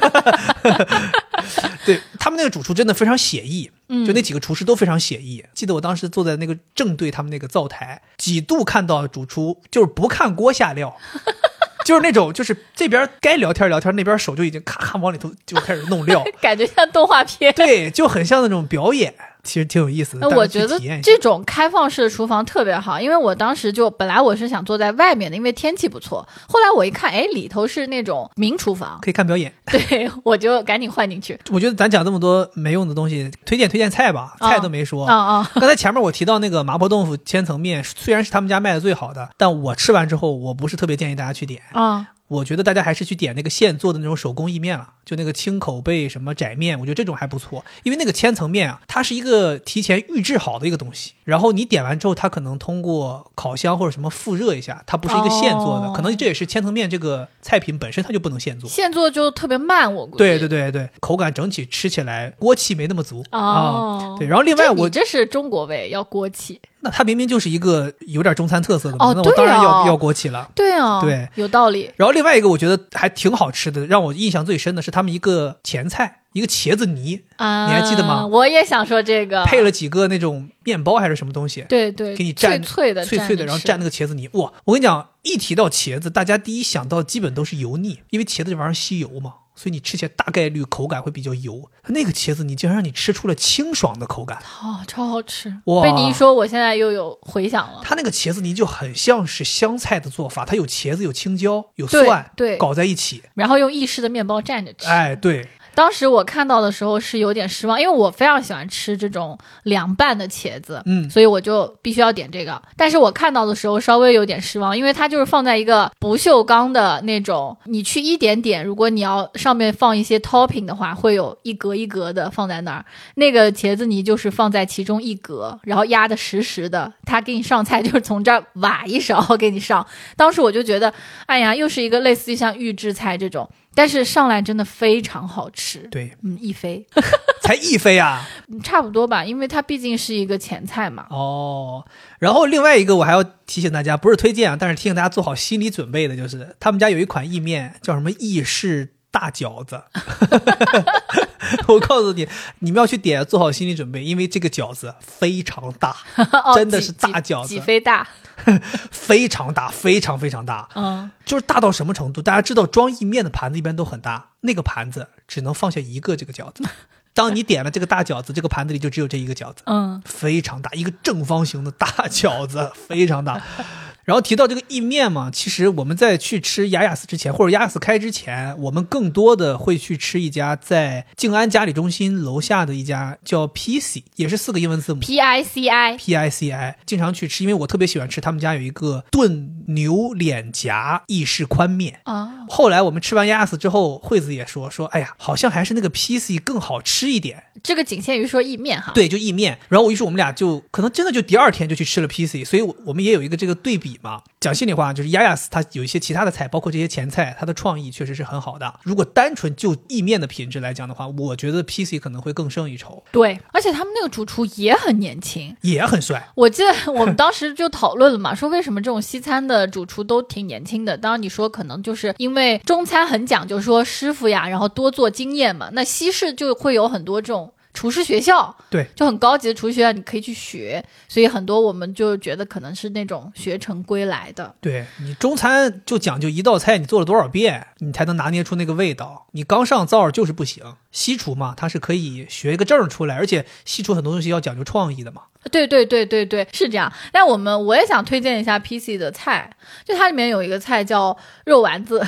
对，他们那个主厨真的非常写意， 嗯， 就那几个厨师都非常写意。记得我当时坐在那个正对他们那个灶台，几度看到主厨就是不看锅下料。就是那种，就是这边该聊天聊天，那边手就已经咔咔往里头就开始弄料， 感觉像动画片。 对，就很像那种表演，其实挺有意思的。 我觉得这种开放式的厨房特别好，因为我当时就本来我是想坐在外面的，因为天气不错。后来我一看，哎，里头是那种明厨房， 可以看表演。 对，我就赶紧换进去。 我觉得咱讲这么多没用的东西，推荐推荐菜吧，菜都没说。 啊、哦、啊！ 哦、刚才前面我提到那个麻婆豆腐千层面，虽然是他们家卖的最好的，但我吃完之后，我不是特别建议大家去点啊。哦， 我觉得大家还是去点那个现做的那种手工意面了，就那个轻口味什么窄面，我觉得这种还不错。因为那个千层面啊，它是一个提前预制好的一个东西，然后你点完之后，它可能通过烤箱或者什么复热一下，它不是一个现做的，哦、可能这也是千层面这个菜品本身它就不能现做， 现做就特别慢，我估计。 对对对对，口感整体吃起来锅气没那么足哦、 啊。对，然后另外我这, 这是中国味，要锅气。 那它明明就是一个有点中餐特色的嘛， 哦、 那我当然要、哦、要锅气了。 对啊， 对， 有道理。 然后另外一个我觉得还挺好吃的，让我印象最深的是他们一个前菜，一个茄子泥啊， 你还记得吗？ 我也想说这个， 配了几个那种面包还是什么东西， 对对， 给你蘸脆脆的脆脆的，然后蘸那个茄子泥。哇，我跟你讲，一提到茄子，大家第一想到基本都是油腻，因为茄子这玩意儿吸油嘛。所以你吃起来大概率口感会比较油，那个茄子泥竟然让你吃出了清爽的口感， 哦，超好吃！ 哇， 被你一说，我现在又有回想了。 它那个茄子泥就很像是湘菜的做法，它有茄子、有青椒、有蒜， 对，对搞在一起， 然后用意式的面包蘸着吃。 哎，对。 当时我看到的时候是有点失望，因为我非常喜欢吃这种凉拌的茄子， 嗯， 所以我就必须要点这个。但是我看到的时候稍微有点失望，因为它就是放在一个不锈钢的那种，你去一点点，如果你要上面放一些 topping 的话，会有一格一格的放在那儿。那个茄子泥就是放在其中一格，然后压得实实的，他给你上菜就是从这儿挖一勺给你上。当时我就觉得，哎呀，又是一个类似于像预制菜这种。但是上来真的非常好吃， 对， 嗯，一飞， 才一飞啊， 差不多吧，因为它毕竟是一个前菜嘛。 哦，然后另外一个我还要提醒大家，不是推荐啊，但是提醒大家做好心理准备的，就是他们家有一款意面叫什么意式大饺子。我告诉你，你们要去点，做好心理准备，因为这个饺子非常大， 哦、 真的是大饺子， 几飞大， 非常大，非常非常大。 嗯， 就是大到什么程度？大家知道装意面的盘子一般都很大，那个盘子只能放下一个这个饺子。当你点了这个大饺子，这个盘子里就只有这一个饺子， 嗯， 非常大，一个正方形的大饺子，非常大。然后提到这个意面嘛，其实我们在去吃雅雅斯之前，或者雅雅斯开之前，我们更多的会去吃一家在静安嘉里中心楼下的一家叫 P C， 也是四个英文字母 P I C I P I C I， 经常去吃，因为我特别喜欢吃他们家有一个炖牛脸颊意式宽面啊。 后来我们吃完雅雅斯之后，惠子也说说，哎呀，好像还是那个 P C 更好吃一点。 这个仅限于说意面哈， 对，就意面。然后于是我们俩就可能真的就第二天就去吃了 P C， 所以我们也有一个这个对比嘛。讲心里话，就是雅雅斯它有一些其他的菜，包括这些前菜，它的创意确实是很好的。如果单纯就意面的品质来讲的话，我觉得 P C 可能会更胜一筹。 对，而且他们那个主厨也很年轻， 也很帅。 我记得我们当时就讨论了嘛，说为什么这种西餐的主厨都挺年轻的。当然你说可能就是因为中餐很讲究说师傅呀，然后多做经验嘛，那西式就会有很多这种厨师学校， 对， 就很高级的厨师学校，你可以去学，所以很多我们就觉得可能是那种学成归来的。 对，你中餐就讲究一道菜你做了多少遍，你才能拿捏出那个味道。你刚上灶就是不行。西厨嘛，它是可以学一个证出来，而且西厨很多东西要讲究创意的嘛。 对对对对对，是这样。但我们我也想推荐一下 P C 的菜，就它里面有一个菜叫肉丸子。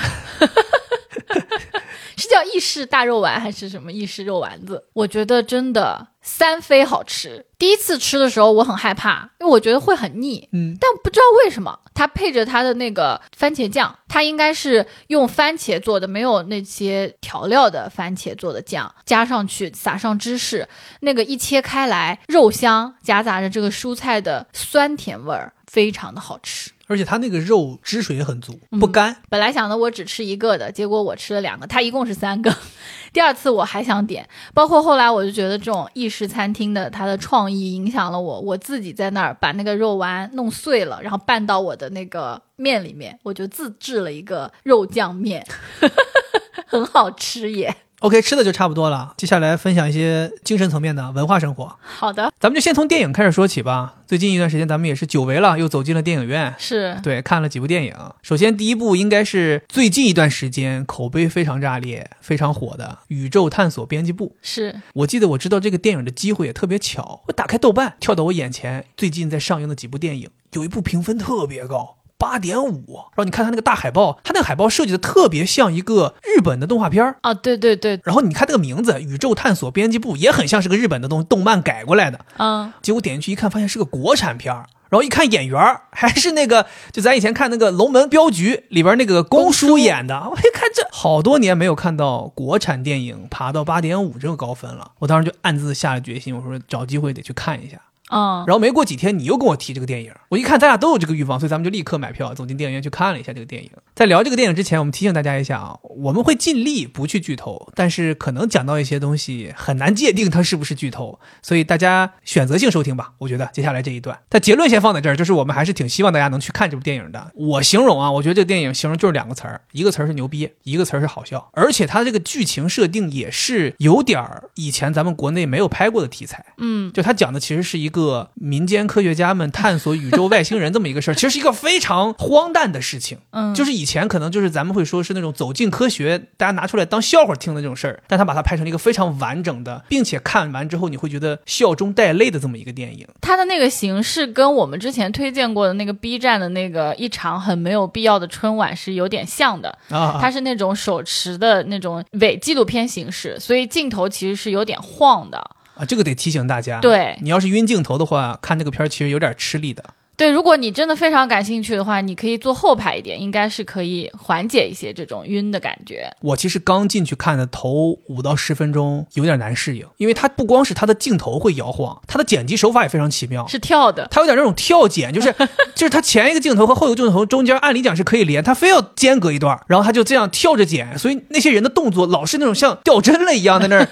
是叫意式大肉丸还是什么意式肉丸子？我觉得真的三非好吃。第一次吃的时候我很害怕，因为我觉得会很腻， 嗯， 但不知道为什么它配着它的那个番茄酱，它应该是用番茄做的，没有那些调料的番茄做的酱，加上去撒上芝士，那个一切开来，肉香夹杂着这个蔬菜的酸甜味儿，非常的好吃。 而且它那个肉汁水很足，不干、嗯、 本来想的我只吃一个的，结果我吃了两个，它一共是三个。第二次我还想点，包括后来我就觉得这种意式餐厅的它的创意影响了我，我自己在那儿把那个肉丸弄碎了，然后拌到我的那个面里面，我就自制了一个肉酱面。很好吃耶。 OK， 吃的就差不多了，接下来分享一些精神层面的文化生活。 好的， 咱们就先从电影开始说起吧。最近一段时间咱们也是久违了，又走进了电影院， 是对，看了几部电影。首先第一部应该是最近一段时间口碑非常炸裂非常火的宇宙探索编辑部。 是我记得我知道这个电影的机会也特别巧，我打开豆瓣跳到我眼前最近在上映的几部电影，有一部评分特别高，八点五，然后你看它那个大海报，它那个海报设计的特别像一个日本的动画片啊，对对对， 然后你看这个名字宇宙探索编辑部也很像是个日本的动动漫改过来的， 嗯， 结果点进去一看发现是个国产片，然后一看演员还是那个就咱以前看那个龙门镖局里边那个公叔演的，我一看这好多年没有看到国产电影爬到八点五这个高分了，我当时就暗自下了决心，我说找机会得去看一下。 嗯， 然后没过几天你又跟我提这个电影，我一看咱俩都有这个欲望，所以咱们就立刻买票走进电影院去看了一下这个电影。在聊这个电影之前，我们提醒大家一下啊，我们会尽力不去剧透，但是可能讲到一些东西很难界定它是不是剧透，所以大家选择性收听吧。我觉得接下来这一段但结论先放在这儿，就是我们还是挺希望大家能去看这部电影的。我形容啊，我觉得这个电影形容就是两个词儿，一个词儿是牛逼，一个词儿是好笑，而且它这个剧情设定也是有点以前咱们国内没有拍过的题材。 嗯， 就它讲的其实是一个民间科学家们探索宇宙外星人这么一个事儿，其实是一个非常荒诞的事情。 嗯， 就是以前可能就是咱们会说是那种走进科学大家拿出来当笑话听的这种事儿，但他把它拍成了一个非常完整的，并且看完之后你会觉得笑中带泪的这么一个电影。 它的那个形式跟我们之前推荐过的那个 B 站的那个一场很没有必要的春晚是有点像的啊，它是那种手持的那种伪纪录片形式，所以镜头其实是有点晃的啊，这个得提醒大家， 对， 你要是晕镜头的话，看这个片其实有点吃力的。 对，如果你真的非常感兴趣的话，你可以坐后排一点，应该是可以缓解一些这种晕的感觉。 我其实刚进去看的头五到十分钟有点难适应，因为它不光是它的镜头会摇晃，它的剪辑手法也非常奇妙， 是跳的， 它有点那种跳剪，就是就是它前一个镜头和后一个镜头中间按理讲是可以连，它非要间隔一段，然后它就这样跳着剪，所以那些人的动作老是那种像掉帧了一样在那儿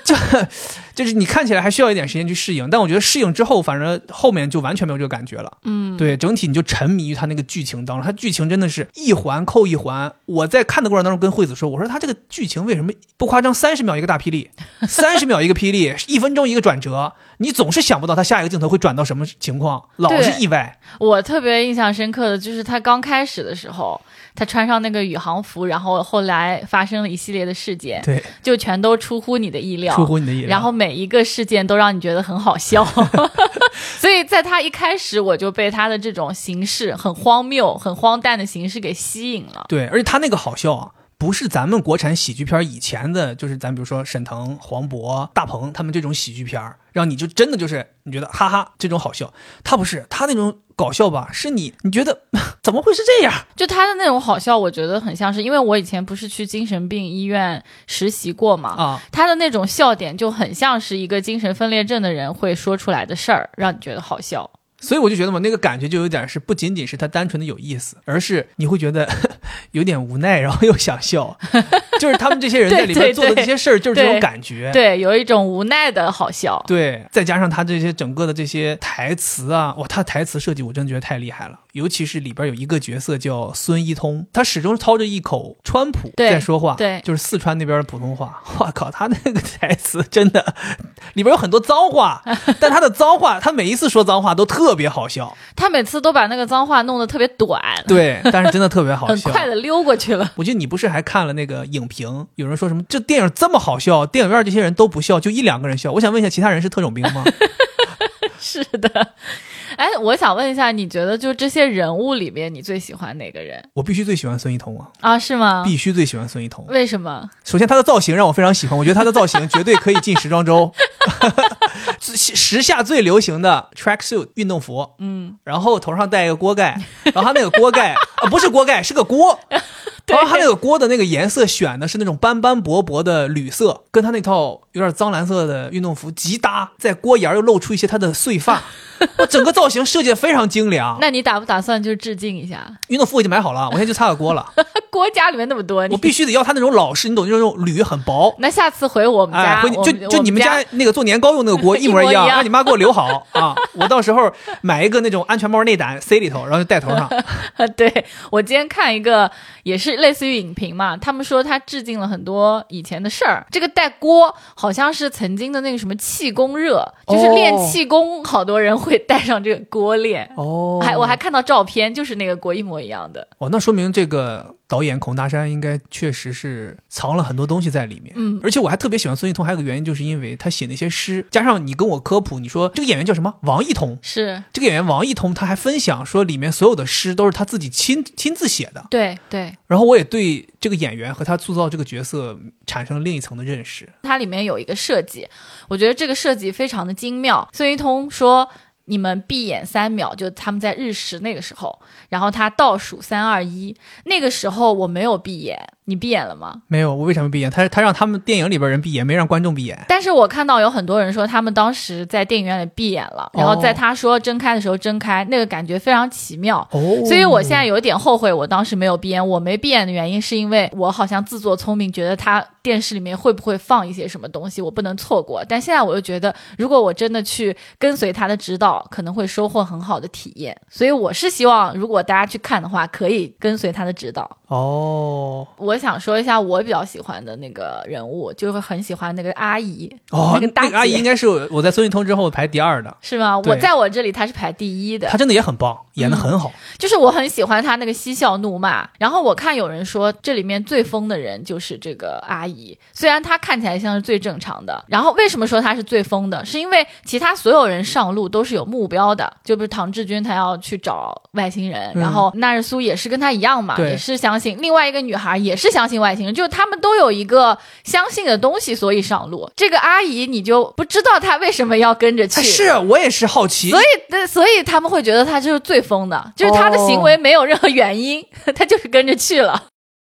就就是你看起来还需要一点时间去适应，但我觉得适应之后，反正后面就完全没有这个感觉了。 嗯， 对，整体你就沉迷于他那个剧情当中，他剧情真的是一环扣一环。我在看的过程当中跟惠子说，我说他这个剧情为什么不夸张，三十秒一个大霹雳，三十秒一个霹雳，一分钟一个转折，你总是想不到他下一个镜头会转到什么情况，老是意外。 我特别印象深刻的就是他刚开始的时候，他穿上那个宇航服，然后后来发生了一系列的事件， 对， 就全都出乎你的意料， 出乎你的意料， 然后每一个事件都让你觉得很好笑。所以在他一开始我就被他的这种形式很荒谬很荒诞的形式给吸引了。 对，而且他那个好笑啊，不是咱们国产喜剧片以前的，就是咱比如说沈腾、黄渤、大鹏他们这种喜剧片，让你就真的就是你觉得哈哈这种好笑。他不是，他那种搞笑吧，是你你觉得怎么会是这样？ 就他的那种好笑，我觉得很像是，因为我以前不是去精神病医院实习过嘛， 啊， 他的那种笑点就很像是一个精神分裂症的人会说出来的事儿，让你觉得好笑。 所以我就觉得嘛，那个感觉就有点是不仅仅是他单纯的有意思，而是你会觉得呵呵有点无奈，然后又想笑，就是他们这些人在里面做的这些事儿，就是这种感觉。 对，对，有一种无奈的好笑。 对，再加上他这些整个的这些台词啊，哇，他台词设计我真的觉得太厉害了。尤其是里边有一个角色叫孙一通，他始终操着一口川普在说话， 对， 就是四川那边的普通话。哇靠，他那个台词真的里边有很多脏话，但他的脏话，他每一次说脏话都特别好笑。 他每次都把那个脏话弄得特别短， 对，但是真的特别好笑， 很快的溜过去了。 我记得你不是还看了那个影评，有人说什么这电影这么好笑，电影院这些人都不笑，就一两个人笑。我想问一下，其他人是特种兵吗？ 是的。哎，我想问一下，你觉得就这些人物里面，你最喜欢哪个人？ 我必须最喜欢孙一通啊！ 啊，是吗？ 必须最喜欢孙一通。 为什么？ 首先他的造型让我非常喜欢，我觉得他的造型绝对可以进时装周。时下最流行的 tracksuit 运动服， 嗯， 然后头上戴一个锅盖，然后他那个锅盖啊不是锅盖，是个锅。然后他那个锅的那个颜色选的是那种斑斑驳驳的铝色，跟他那套有点脏蓝色的运动服极搭，在锅沿又露出一些他的碎发，整个造型设计得非常精良。 那你打不打算就致敬一下？ 运动服已经买好了，我现在就差个锅了。 锅家里面那么多， 我必须得要他那种老式，你懂，那种铝很薄。 那下次回我们家， 哎、回就就你们家那个做年糕用那个锅一模一样，让你妈给我留好啊！我到时候买一个那种安全帽内胆塞里头，然后就戴头上。 对，我今天看一个也是类似于影评嘛，他们说他致敬了很多以前的事儿。这个带锅好像是曾经的那个什么气功热，就是练气功，好多人会带上这个锅练。哦，还我还看到照片，就是那个锅一模一样的。 哦，那说明这个导演孔大山应该确实是藏了很多东西在里面。 嗯， 而且我还特别喜欢孙一通，还有个原因就是因为他写那些诗，加上你跟我科普，你说这个演员叫什么？王一通。 是这个演员王一通，他还分享说里面所有的诗都是他自己亲亲自写的。 对对。 然后我也对这个演员和他塑造这个角色产生了另一层的认识。 它里面有一个设计，我觉得这个设计非常的精妙。孙一通说你们闭眼三秒，就他们在日食那个时候，然后他倒数三二一，那个时候我没有闭眼，你闭眼了吗？ 没有，我为什么闭眼？他他让他们电影里边人闭眼，没让观众闭眼。 但是我看到有很多人说他们当时在电影院里闭眼了，然后在他说睁开的时候睁开，那个感觉非常奇妙。哦，所以我现在有点后悔我当时没有闭眼。我没闭眼的原因是因为我好像自作聪明，觉得他电视里面会不会放一些什么东西我不能错过，但现在我又觉得如果我真的去跟随他的指导，可能会收获很好的体验。所以我是希望如果大家去看的话，可以跟随他的指导。哦，我想说一下我比较喜欢的那个人物，就是很喜欢那个阿姨。 哦， 那个大姐， 那个阿姨应该是我在孙一通之后排第二的。 是吗？我在我这里她是排第一的。 她真的也很棒，演得很好。 嗯，就是我很喜欢她那个嬉笑怒骂。然后我看有人说这里面最疯的人就是这个阿姨，虽然她看起来像是最正常的。然后为什么说她是最疯的？是因为其他所有人上路都是有目标的，就不是唐志军他要去找外星人，嗯，然后纳日苏也是跟他一样嘛，也是相信，另外一个女孩也是相信外星人，就是他们都有一个相信的东西，所以上路。这个阿姨你就不知道她为什么要跟着去。 是我也是好奇， 所以所以他们会觉得她就是最疯的，就是她的行为没有任何原因，她就是跟着去了。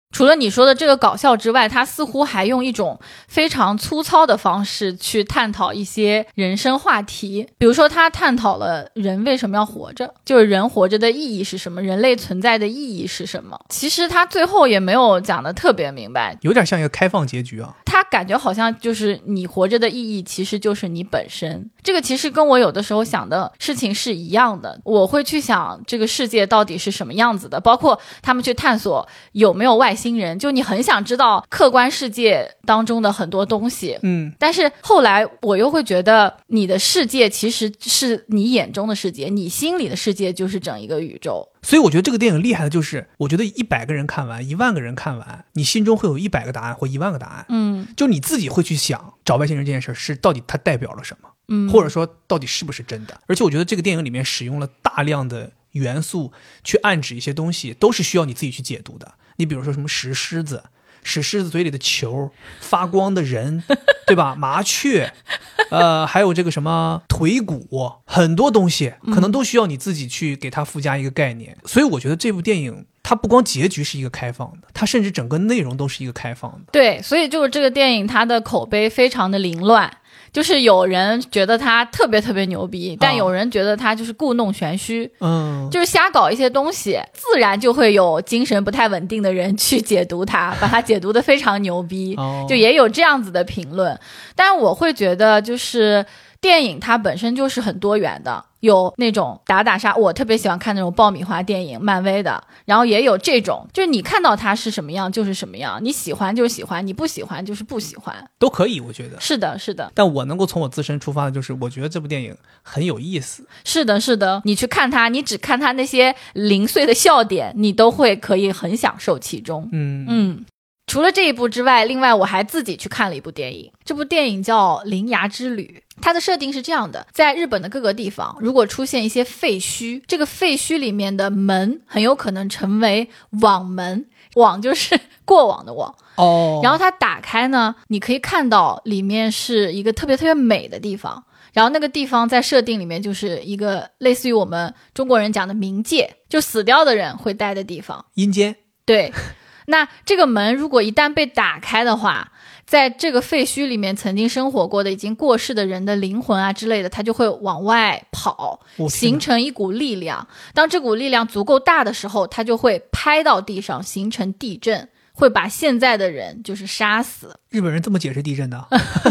除了你说的这个搞笑之外，他似乎还用一种非常粗糙的方式去探讨一些人生话题。比如说他探讨了人为什么要活着，就是人活着的意义是什么，人类存在的意义是什么。其实他最后也没有讲得特别明白， 有点像一个开放结局啊。 他感觉好像就是你活着的意义其实就是你本身。这个其实跟我有的时候想的事情是一样的，我会去想这个世界到底是什么样子的，包括他们去探索有没有外星人，就你很想知道客观世界当中的很多东西。 嗯， 但是后来我又会觉得你的世界其实是你眼中的世界，你心里的世界就是整一个宇宙。 所以我觉得这个电影厉害的就是，我觉得一百个人看完，一万个人看完，你心中会有一百个答案或一万个答案。 嗯， 就你自己会去想找外星人这件事是到底它代表了什么， 嗯， 或者说到底是不是真的。而且我觉得这个电影里面使用了大量的元素去暗指一些东西，都是需要你自己去解读的。你比如说什么石狮子，石狮子嘴里的球，发光的人，对吧？麻雀，呃，还有这个什么腿骨，很多东西可能都需要你自己去给它附加一个概念。嗯、所以我觉得这部电影它不光结局是一个开放的，它甚至整个内容都是一个开放的。 对，所以就是这个电影它的口碑非常的凌乱。就是有人觉得他特别特别牛逼，但有人觉得他就是故弄玄虚，嗯，就是瞎搞一些东西，自然就会有精神不太稳定的人去解读它，把它解读得非常牛逼，哦，就也有这样子的评论。但我会觉得就是电影它本身就是很多元的，有那种打打杀，我特别喜欢看那种爆米花电影，漫威的，然后也有这种就是你看到它是什么样就是什么样，你喜欢就是喜欢，你不喜欢就是不喜欢， 都可以。我觉得是的是的， 但我能够从我自身出发的就是我觉得这部电影很有意思。 是的是的，你去看它，你只看它那些零碎的笑点，你都会可以很享受其中。嗯嗯，除了这一部之外，另外我还自己去看了一部电影，这部电影叫《铃芽之旅》。它的设定是这样的，在日本的各个地方如果出现一些废墟，这个废墟里面的门很有可能成为网门，网就是过往的网哦。然后它打开呢，你可以看到里面是一个特别特别美的地方，然后那个地方在设定里面就是一个类似于我们中国人讲的冥界，就死掉的人会待的地方， 阴间。 对，那这个门如果一旦被打开的话，在这个废墟里面曾经生活过的已经过世的人的灵魂啊之类的，它就会往外跑，形成一股力量。当这股力量足够大的时候，它就会拍到地上，形成地震，会把现在的人就是杀死。 日本人这么解释地震的？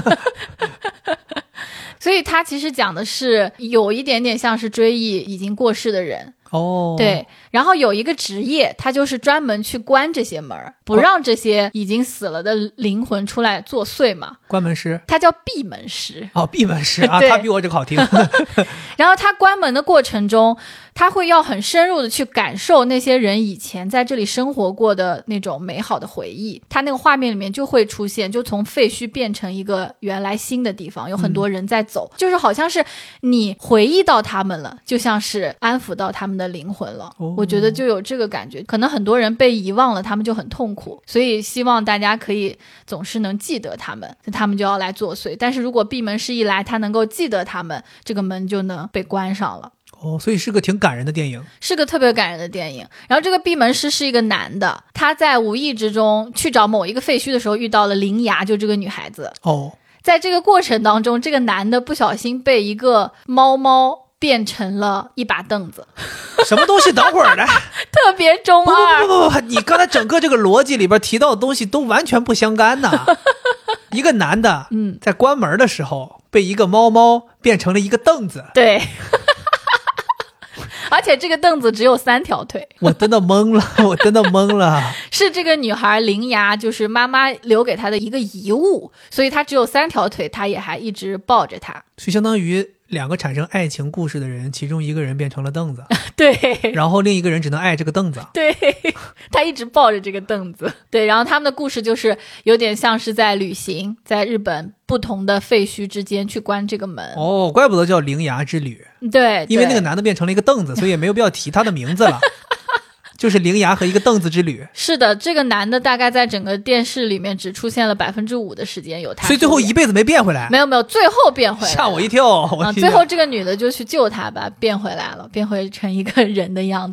所以它其实讲的是有一点点像是追忆已经过世的人。哦，对，然后有一个职业，他就是专门去关这些门，不让这些已经死了的灵魂出来作祟嘛。 关门师， 他叫闭门师。 哦，闭门师啊，他比我这个好听。 然后他关门的过程中，他会要很深入的去感受那些人以前在这里生活过的那种美好的回忆。他那个画面里面就会出现，就从废墟变成一个原来新的地方，有很多人在走，嗯，就是好像是你回忆到他们了，就像是安抚到他们的灵魂了。哦，我觉得就有这个感觉。可能很多人被遗忘了，他们就很痛苦，所以希望大家可以总是能记得他们，他们就要来作祟。但是如果闭门师一来，他能够记得他们，这个门就能被关上了。 哦，所以是个挺感人的电影， 是个特别感人的电影。然后这个闭门师是一个男的，他在无意之中去找某一个废墟的时候遇到了铃芽，就这个女孩子。哦，在这个过程当中，这个男的不小心被一个猫猫变成了一把凳子。 什么东西？等会儿呢？ 特别中二。 不不不不不，你刚才整个这个逻辑里边提到的东西都完全不相干呐。一个男的，嗯，在关门的时候被一个猫猫变成了一个凳子。 对。而且这个凳子只有三条腿。 我真的懵了，我真的懵了。 是这个女孩铃芽，就是妈妈留给她的一个遗物，所以她只有三条腿，她也还一直抱着她。 所以相当于两个产生爱情故事的人，其中一个人变成了凳子。 对， 然后另一个人只能爱这个凳子。 对，他一直抱着这个凳子。对，然后他们的故事就是有点像是在旅行，在日本不同的废墟之间去关这个门。 哦，怪不得叫铃芽之旅。 对， 因为那个男的变成了一个凳子，所以也没有必要提他的名字了。就是铃芽和一个凳子之旅。 是的，这个男的大概在整个电视里面只出现了百分之五的时间有他， 所以最后一辈子没变回来。 没有没有，最后变回来了， 吓我一跳。我啊，最后这个女的就去救他吧，变回来了，变回成一个人的样子。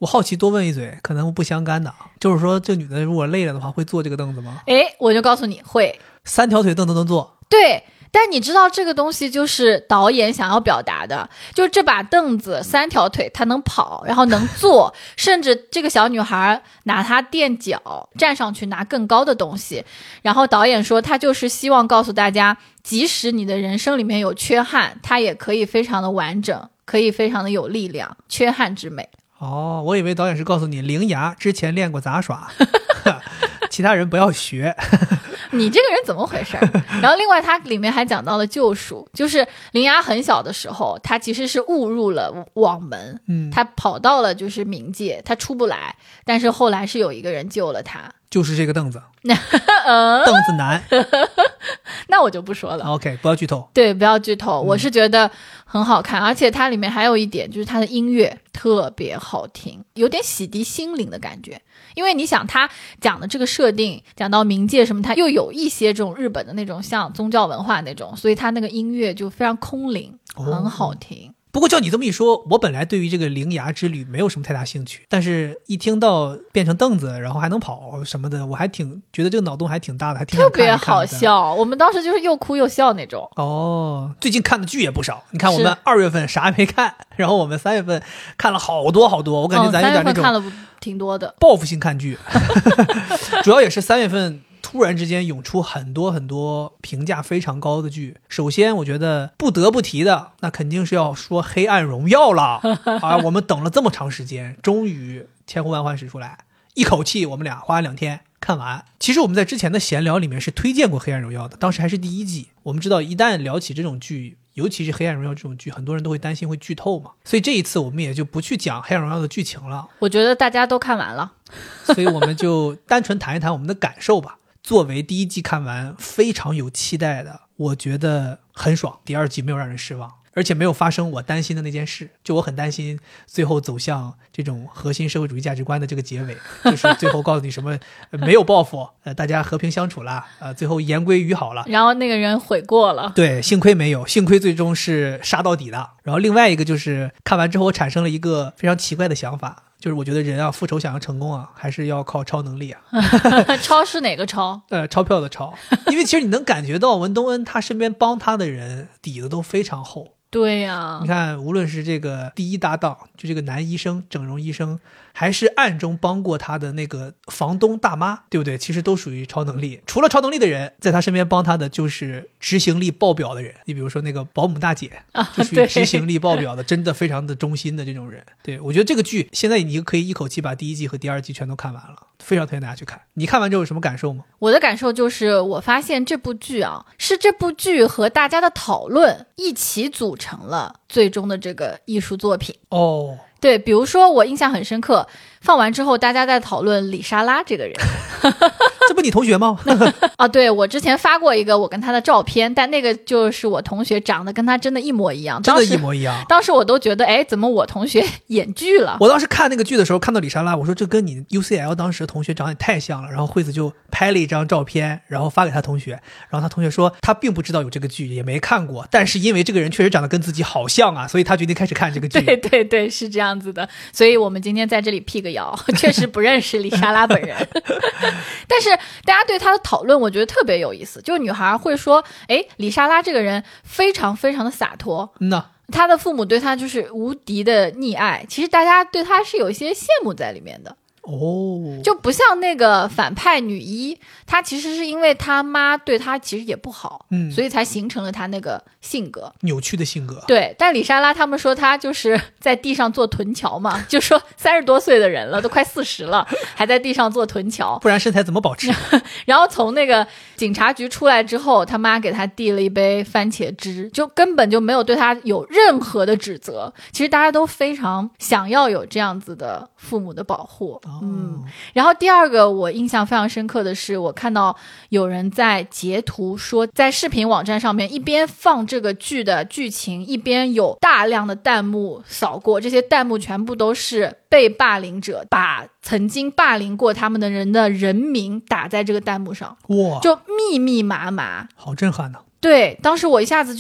我好奇多问一嘴，可能不相干的，就是说这女的如果累了的话会坐这个凳子吗？ 诶，我就告诉你会， 三条腿凳子能坐。 对，但你知道这个东西就是导演想要表达的，就是这把凳子三条腿它能跑，然后能坐，甚至这个小女孩拿它垫脚站上去拿更高的东西，然后导演说他就是希望告诉大家，即使你的人生里面有缺憾，它也可以非常的完整，可以非常的有力量，缺憾之美。 哦，我以为导演是告诉你伶牙之前练过杂耍其他人不要学你这个人怎么回事然后另外它里面还讲到了救赎，就是伶牙很小的时候他其实是误入了网门， 嗯， 他跑到了就是冥界，他出不来，但是后来是有一个人救了他， 就是这个凳子嗯、 凳子男那我就不说了 OK 不要剧透。 对，不要剧透、 嗯、 我是觉得很好看，而且它里面还有一点就是它的音乐特别好听，有点洗涤心灵的感觉，因为你想他讲的这个设定讲到冥界什么，他又有一些这种日本的那种像宗教文化那种，所以他那个音乐就非常空灵、哦、很好听。 不过照你这么一说，我本来对于这个伶牙之旅没有什么太大兴趣，但是一听到变成凳子然后还能跑什么的，我还挺觉得这个脑洞还挺大的，还挺想看一看的。 特别好笑，我们当时就是又哭又笑那种。 哦，最近看的剧也不少，你看我们二月份啥也没看，然后我们三月份看了好多好多，我感觉咱有点那种看了挺多的报复性看剧主要也是三月份突然之间涌出很多很多评价非常高的剧。首先我觉得不得不提的那肯定是要说黑暗荣耀了啊！我们等了这么长时间，终于千呼万唤始出来，一口气我们俩花了两天看完。其实我们在之前的闲聊里面是推荐过黑暗荣耀的，当时还是第一季。我们知道一旦聊起这种剧，尤其是黑暗荣耀这种剧，很多人都会担心会剧透嘛，所以这一次我们也就不去讲黑暗荣耀的剧情了。 我觉得大家都看完了所以我们就单纯谈一谈我们的感受吧。作为第一季看完非常有期待的，我觉得很爽，第二季没有让人失望，而且没有发生我担心的那件事。就我很担心最后走向这种核心社会主义价值观的这个结尾，就是最后告诉你什么没有报复，呃，大家和平相处了，呃，最后言归于好了， 然后那个人悔过了。 对，幸亏没有，幸亏最终是杀到底的。然后另外一个就是看完之后我产生了一个非常奇怪的想法，就是我觉得人啊，复仇想要成功啊，还是要靠超能力啊。 超是哪个超？ 呃，钞票的钞。因为其实你能感觉到文东恩他身边帮他的人底子都非常厚。 对呀、啊， 你看，无论是这个第一搭档，就这个男医生、整容医生，还是暗中帮过他的那个房东大妈，对不对？其实都属于超能力。除了超能力的人，在他身边帮他的就是执行力爆表的人。你比如说那个保姆大姐，就属于执行力爆表的，真的非常的忠心的这种人。对，我觉得这个剧现在你可以一口气把第一季和第二季全都看完了，非常推荐大家去看。你看完之后有什么感受吗？ 我的感受就是，我发现这部剧啊，是这部剧和大家的讨论一起组成了最终的这个艺术作品。 哦， 对，比如说我印象很深刻，放完之后大家在讨论李莎拉这个人这不你同学吗？ 啊，对，我之前发过一个我跟他的照片，但那个就是我同学，长得跟他真的一模一样， 真的一模一样。 当时我都觉得，哎，怎么我同学演剧了？ 我当时看那个剧的时候，看到李莎拉，我说这跟你 U C L 当时的同学长得也太像了。然后惠子就拍了一张照片，然后发给他同学，然后他同学说他并不知道有这个剧，也没看过，但是因为这个人确实长得跟自己好像啊，所以他决定开始看这个剧。 对对对，是这样子的。所以我们今天在这里辟个谣，确实不认识李莎拉本人但是大家对她的讨论我觉得特别有意思，就是女孩会说，哎，李莎拉这个人非常非常的洒脱， 嗯呐， 她的父母对她就是无敌的溺爱，其实大家对她是有一些羡慕在里面的。 哦， 就不像那个反派女一，她其实是因为她妈对她其实也不好， 嗯， 所以才形成了她那个性格， 扭曲的性格。 对，但李莎拉他们说她就是在地上做臀桥嘛，就说三十多岁的人了，都快四十了，还在地上做臀桥， 不然身材怎么保持？ 然后从那个警察局出来之后，他妈给她递了一杯番茄汁，就根本就没有对她有任何的指责。其实大家都非常想要有这样子的父母的保护。嗯，然后第二个我印象非常深刻的是，我看到有人在截图说，在视频网站上面一边放这个剧的剧情，一边有大量的弹幕扫过，这些弹幕全部都是被霸凌者把曾经霸凌过他们的人的人名打在这个弹幕上， 哇， 就密密麻麻， 好震撼呢。 对，当时我一下子就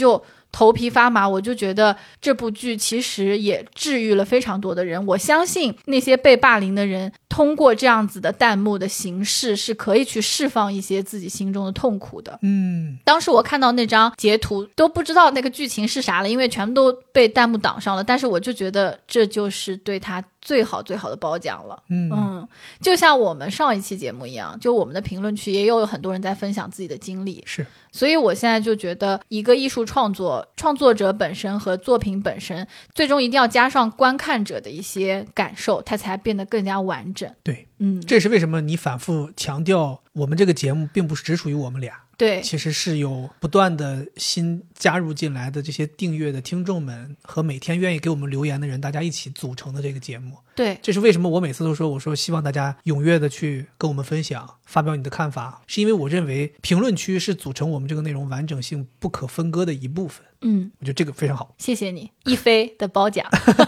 头皮发麻，我就觉得这部剧其实也治愈了非常多的人。我相信那些被霸凌的人通过这样子的弹幕的形式是可以去释放一些自己心中的痛苦的。 嗯， 当时我看到那张截图都不知道那个剧情是啥了，因为全部都被弹幕挡上了，但是我就觉得这就是对他最好最好的褒奖了。 嗯, 嗯，就像我们上一期节目一样，就我们的评论区也有很多人在分享自己的经历， 是， 所以我现在就觉得一个艺术创作创作者本身和作品本身最终一定要加上观看者的一些感受，它才变得更加完整。 对， 嗯， 这是为什么你反复强调我们这个节目并不是只属于我们俩， 对， 其实是有不断的新加入进来的这些订阅的听众们和每天愿意给我们留言的人，大家一起组成的这个节目。 对， 这是为什么我每次都说，我说希望大家踊跃的去跟我们分享，发表你的看法，是因为我认为评论区是组成我们这个内容完整性不可分割的一部分。 嗯， 我觉得这个非常好， 谢谢你一飞的褒奖。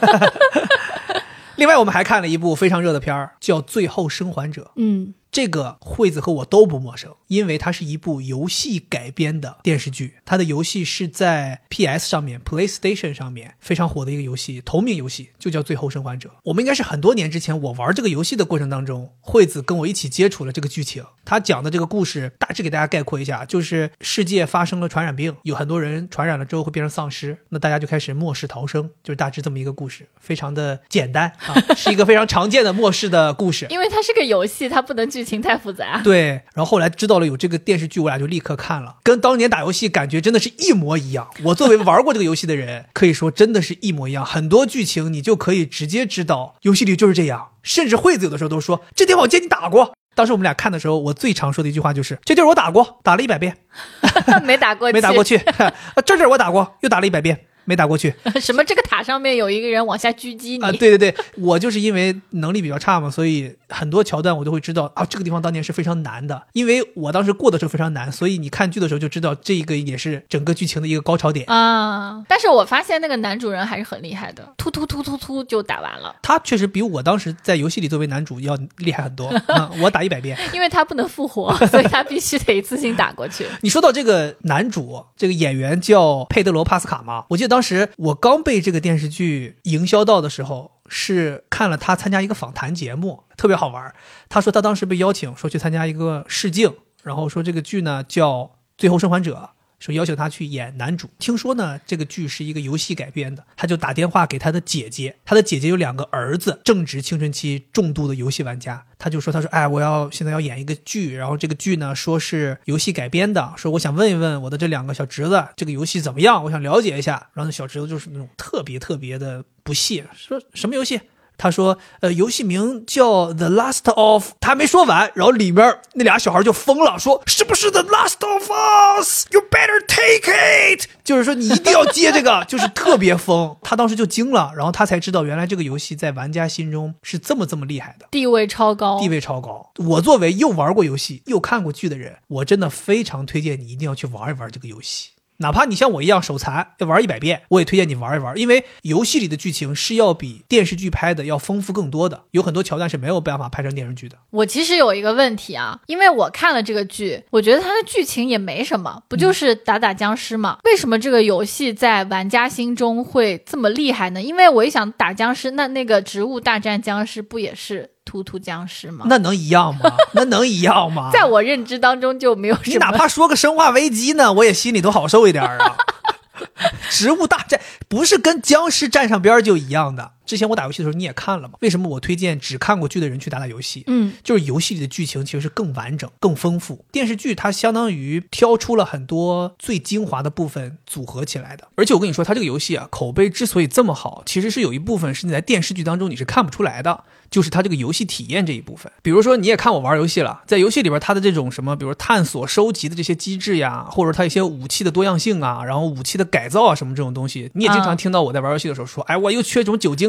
另外我们还看了一部非常热的片儿，叫《最后生还者》。 嗯， 这个惠子和我都不陌生，因为它是一部游戏改编的电视剧。它的游戏是在 P S 上面 PlayStation 上面非常火的一个游戏，同名游戏就叫《最后生还者》。我们应该是很多年之前我玩这个游戏的过程当中，惠子跟我一起接触了这个剧情。他讲的这个故事大致给大家概括一下，就是世界发生了传染病，有很多人传染了之后会变成丧尸，那大家就开始末世逃生，就是大致这么一个故事，非常的简单啊，是一个非常常见的末世的故事。 因为它是个游戏，它不能剧情太复杂。 对，然后后来知道了有这个电视剧，我俩就立刻看了，跟当年打游戏感觉真的是一模一样。我作为玩过这个游戏的人，可以说真的是一模一样，很多剧情你就可以直接知道游戏里就是这样，甚至惠子有的时候都说这地方我见你打过。当时我们俩看的时候，我最常说的一句话就是这地儿我打过，打了一百遍。 没打过去， 没打过去。这地儿我打过，又打了一百遍。没打过去。 什么这个塔上面有一个人往下狙击你啊？对对对，我就是因为能力比较差嘛，所以很多桥段我都会知道啊，这个地方当年是非常难的，因为我当时过的时候非常难，所以你看剧的时候就知道这个也是整个剧情的一个高潮点啊。但是我发现那个男主人还是很厉害的，突突突突突就打完了。 他确实比我当时在游戏里作为男主要厉害很多、嗯、我打一百遍， 因为他不能复活，所以他必须得一次性打过去。 你说到这个男主，这个演员叫佩德罗·帕斯卡嘛，我记得当时我刚被这个电视剧营销到的时候，是看了他参加一个访谈节目，特别好玩。他说他当时被邀请说去参加一个试镜，然后说这个剧呢叫《最后生还者》，说邀请他去演男主。听说呢这个剧是一个游戏改编的，他就打电话给他的姐姐，他的姐姐有两个儿子，正值青春期，重度的游戏玩家。他就说他说哎，我要现在要演一个剧，然后这个剧呢说是游戏改编的，说我想问一问我的这两个小侄子这个游戏怎么样，我想了解一下。然后那小侄子就是那种特别特别的不屑，说什么游戏？他说呃，游戏名叫 The Last of， 他还没说完，然后里面那俩小孩就疯了，说是不是 The Last of Us， You better take it， 就是说你一定要接这个，就是特别疯。他当时就惊了，然后他才知道原来这个游戏在玩家心中是这么这么厉害的， 地位超高， 地位超高。我作为又玩过游戏又看过剧的人，我真的非常推荐你一定要去玩一玩这个游戏。哪怕你像我一样手残要玩一百遍，我也推荐你玩一玩，因为游戏里的剧情是要比电视剧拍的要丰富更多的，有很多桥段是没有办法拍成电视剧的。 我其实有一个问题啊，因为我看了这个剧，我觉得它的剧情也没什么，不就是打打僵尸吗？嗯、为什么这个游戏在玩家心中会这么厉害呢？因为我一想打僵尸，那那个植物大战僵尸不也是突突僵尸吗？ 那能一样吗？那能一样吗？ 在我认知当中就没有什么。 你哪怕说个生化危机呢，我也心里都好受一点啊。植物大战不是跟僵尸站上边就一样的。之前我打游戏的时候你也看了嘛，为什么我推荐只看过剧的人去打打游戏？嗯，就是游戏里的剧情其实是更完整更丰富，电视剧它相当于挑出了很多最精华的部分组合起来的。而且我跟你说，它这个游戏啊口碑之所以这么好，其实是有一部分是你在电视剧当中你是看不出来的，就是它这个游戏体验这一部分。比如说你也看我玩游戏了，在游戏里边它的这种什么比如探索收集的这些机制呀，或者它一些武器的多样性啊，然后武器的改造啊什么这种东西，你也经常听到我在玩游戏的时候说、嗯、哎，我又缺这种酒精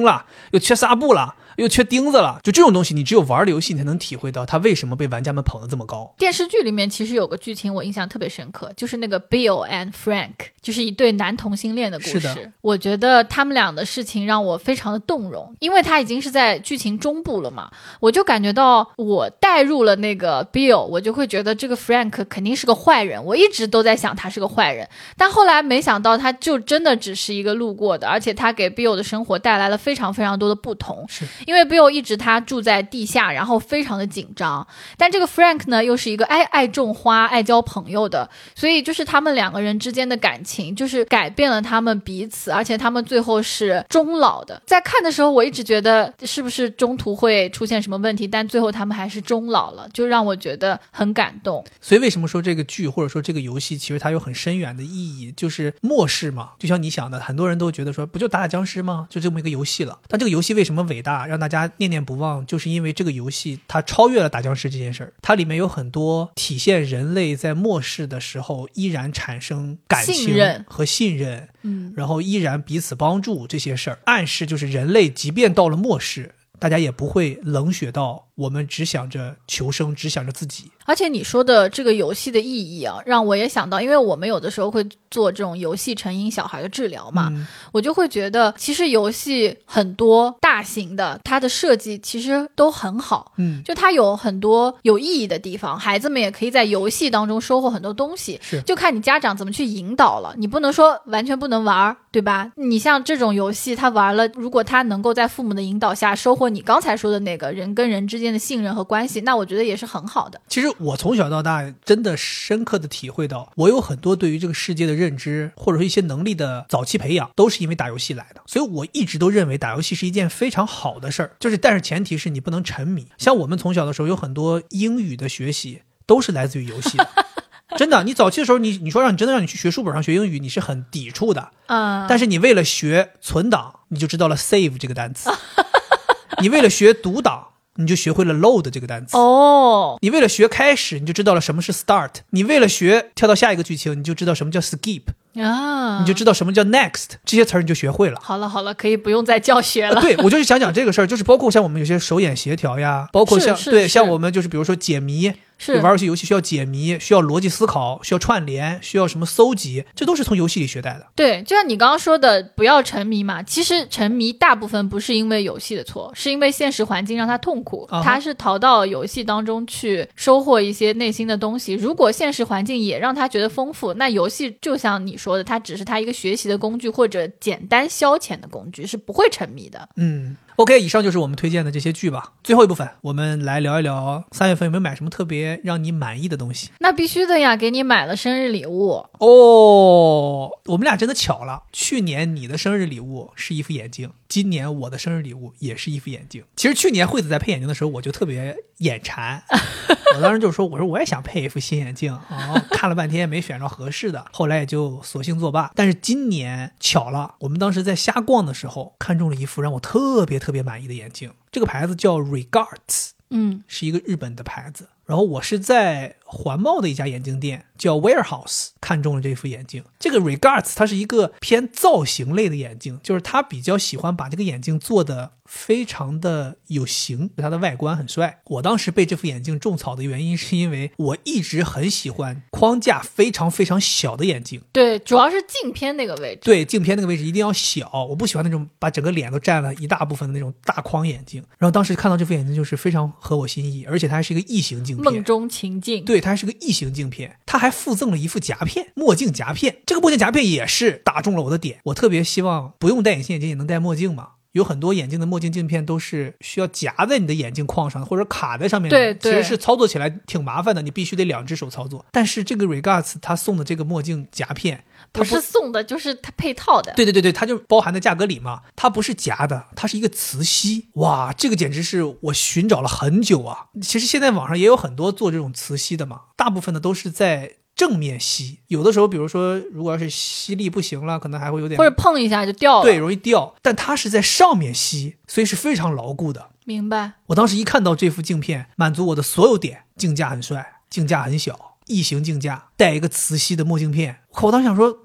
了，又缺纱布了，又缺钉子了，就这种东西你只有玩了游戏你才能体会到它为什么被玩家们捧得这么高。 电视剧里面其实有个剧情我印象特别深刻，就是那个 Bill and Frank， 就是一对男同性恋的故事。我觉得他们俩的事情让我非常的动容，因为他已经是在剧情中部了嘛，我就感觉到我带入了那个 Bill， 我就会觉得这个 Frank 肯定是个坏人，我一直都在想他是个坏人，但后来没想到他就真的只是一个路过的，而且他给 Bill 的生活带来了非常非常多的不同。 是因为 Bill 一直他住在地下，然后非常的紧张，但这个 Frank 呢又是一个爱爱种花爱交朋友的，所以就是他们两个人之间的感情就是改变了他们彼此，而且他们最后是终老的。在看的时候我一直觉得是不是中途会出现什么问题，但最后他们还是终老了，就让我觉得很感动。 所以为什么说这个剧或者说这个游戏其实它有很深远的意义，就是末世嘛，就像你想的，很多人都觉得说不就打打僵尸吗，就这么一个游戏了。但这个游戏为什么伟大让大家念念不忘，就是因为这个游戏它超越了打僵尸这件事儿，它里面有很多体现人类在末世的时候依然产生感情和信任， 嗯， 然后依然彼此帮助这些事儿，暗示就是人类即便到了末世，大家也不会冷血到我们只想着求生，只想着自己。 而且你说的这个游戏的意义啊，让我也想到，因为我们有的时候会做这种游戏成瘾小孩的治疗嘛， 嗯、 我就会觉得其实游戏很多大型的它的设计其实都很好， 嗯， 就它有很多有意义的地方，孩子们也可以在游戏当中收获很多东西， 是就看你家长怎么去引导了。你不能说完全不能玩，对吧？你像这种游戏他玩了，如果他能够在父母的引导下收获你刚才说的那个人跟人之间的信任和关系，那我觉得也是很好的。 其实我从小到大真的深刻的体会到，我有很多对于这个世界的认知或者说一些能力的早期培养都是因为打游戏来的，所以我一直都认为打游戏是一件非常好的事儿，就是但是前提是你不能沉迷。像我们从小的时候有很多英语的学习都是来自于游戏的真的，你早期的时候你你说让你真的让你去学书本上学英语，你是很抵触的， 嗯， 但是你为了学存档你就知道了 save 这个单词你为了学读档你就学会了 load 这个单词哦， 你为了学开始你就知道了什么是 start， 你为了学跳到下一个剧情你就知道什么叫 skip 啊， 你就知道什么叫 next， 这些词儿你就学会了。 好了好了，可以不用再教学了。 啊、对，我就是想讲这个事儿，就是包括像我们有些手眼协调呀，包括像对像我们就是比如说解谜， 是玩游戏游戏需要解谜，需要逻辑思考，需要串联，需要什么搜集，这都是从游戏里学来的。 对，就像你刚刚说的不要沉迷嘛，其实沉迷大部分不是因为游戏的错，是因为现实环境让他痛苦， 啊、 他是逃到游戏当中去收获一些内心的东西。如果现实环境也让他觉得丰富，那游戏就像你说的，它只是他一个学习的工具或者简单消遣的工具，是不会沉迷的。 嗯，OK， 以上就是我们推荐的这些剧吧。最后一部分，我们来聊一聊三月份有没有买什么特别让你满意的东西。 那必须的呀，给你买了生日礼物哦。我们俩真的巧了，去年你的生日礼物是一副眼镜，今年我的生日礼物也是一副眼镜。其实去年惠子在配眼镜的时候，我就特别眼馋，我当时就说，我说我也想配一副新眼镜啊、哦，看了半天没选着合适的，后来也就索性作罢。但是今年巧了，我们当时在瞎逛的时候看中了一副让我特别特别满意的眼镜，这个牌子叫 Regards， 嗯， 是一个日本的牌子。然后我是在环贸的一家眼镜店叫 Warehouse 看中了这副眼镜。这个 Regards 它是一个偏造型类的眼镜，就是它比较喜欢把这个眼镜做的非常的有型，它的外观很帅。我当时被这副眼镜种草的原因是因为我一直很喜欢框架非常非常小的眼镜。 对，主要是镜片那个位置。 对，镜片那个位置一定要小，我不喜欢那种把整个脸都占了一大部分的那种大框眼镜。然后当时看到这副眼镜就是非常合我心意，而且它还是一个异形镜片， 梦中情境。 对，它还是个异形镜片，它还附赠了一副夹片，墨镜夹片。这个墨镜夹片也是打中了我的点，我特别希望不用戴隐形眼镜也能戴墨镜嘛。有很多眼镜的墨镜镜片都是需要夹在你的眼镜框上或者卡在上面的， 对对， 其实是操作起来挺麻烦的，你必须得两只手操作。但是这个 Regards 它送的这个墨镜夹片，它不, 不是送的，就是它配套的。 对对对对，它就包含在价格里嘛，它不是夹的，它是一个磁吸。哇，这个简直是我寻找了很久啊！其实现在网上也有很多做这种磁吸的嘛，大部分的都是在正面吸，有的时候比如说如果要是吸力不行了，可能还会有点或者碰一下就掉了， 对，容易掉。但它是在上面吸，所以是非常牢固的。 明白。 我当时一看到这副镜片，满足我的所有点，镜架很帅，镜架很小，异形镜架，带一个磁吸的墨镜片。我当时想说，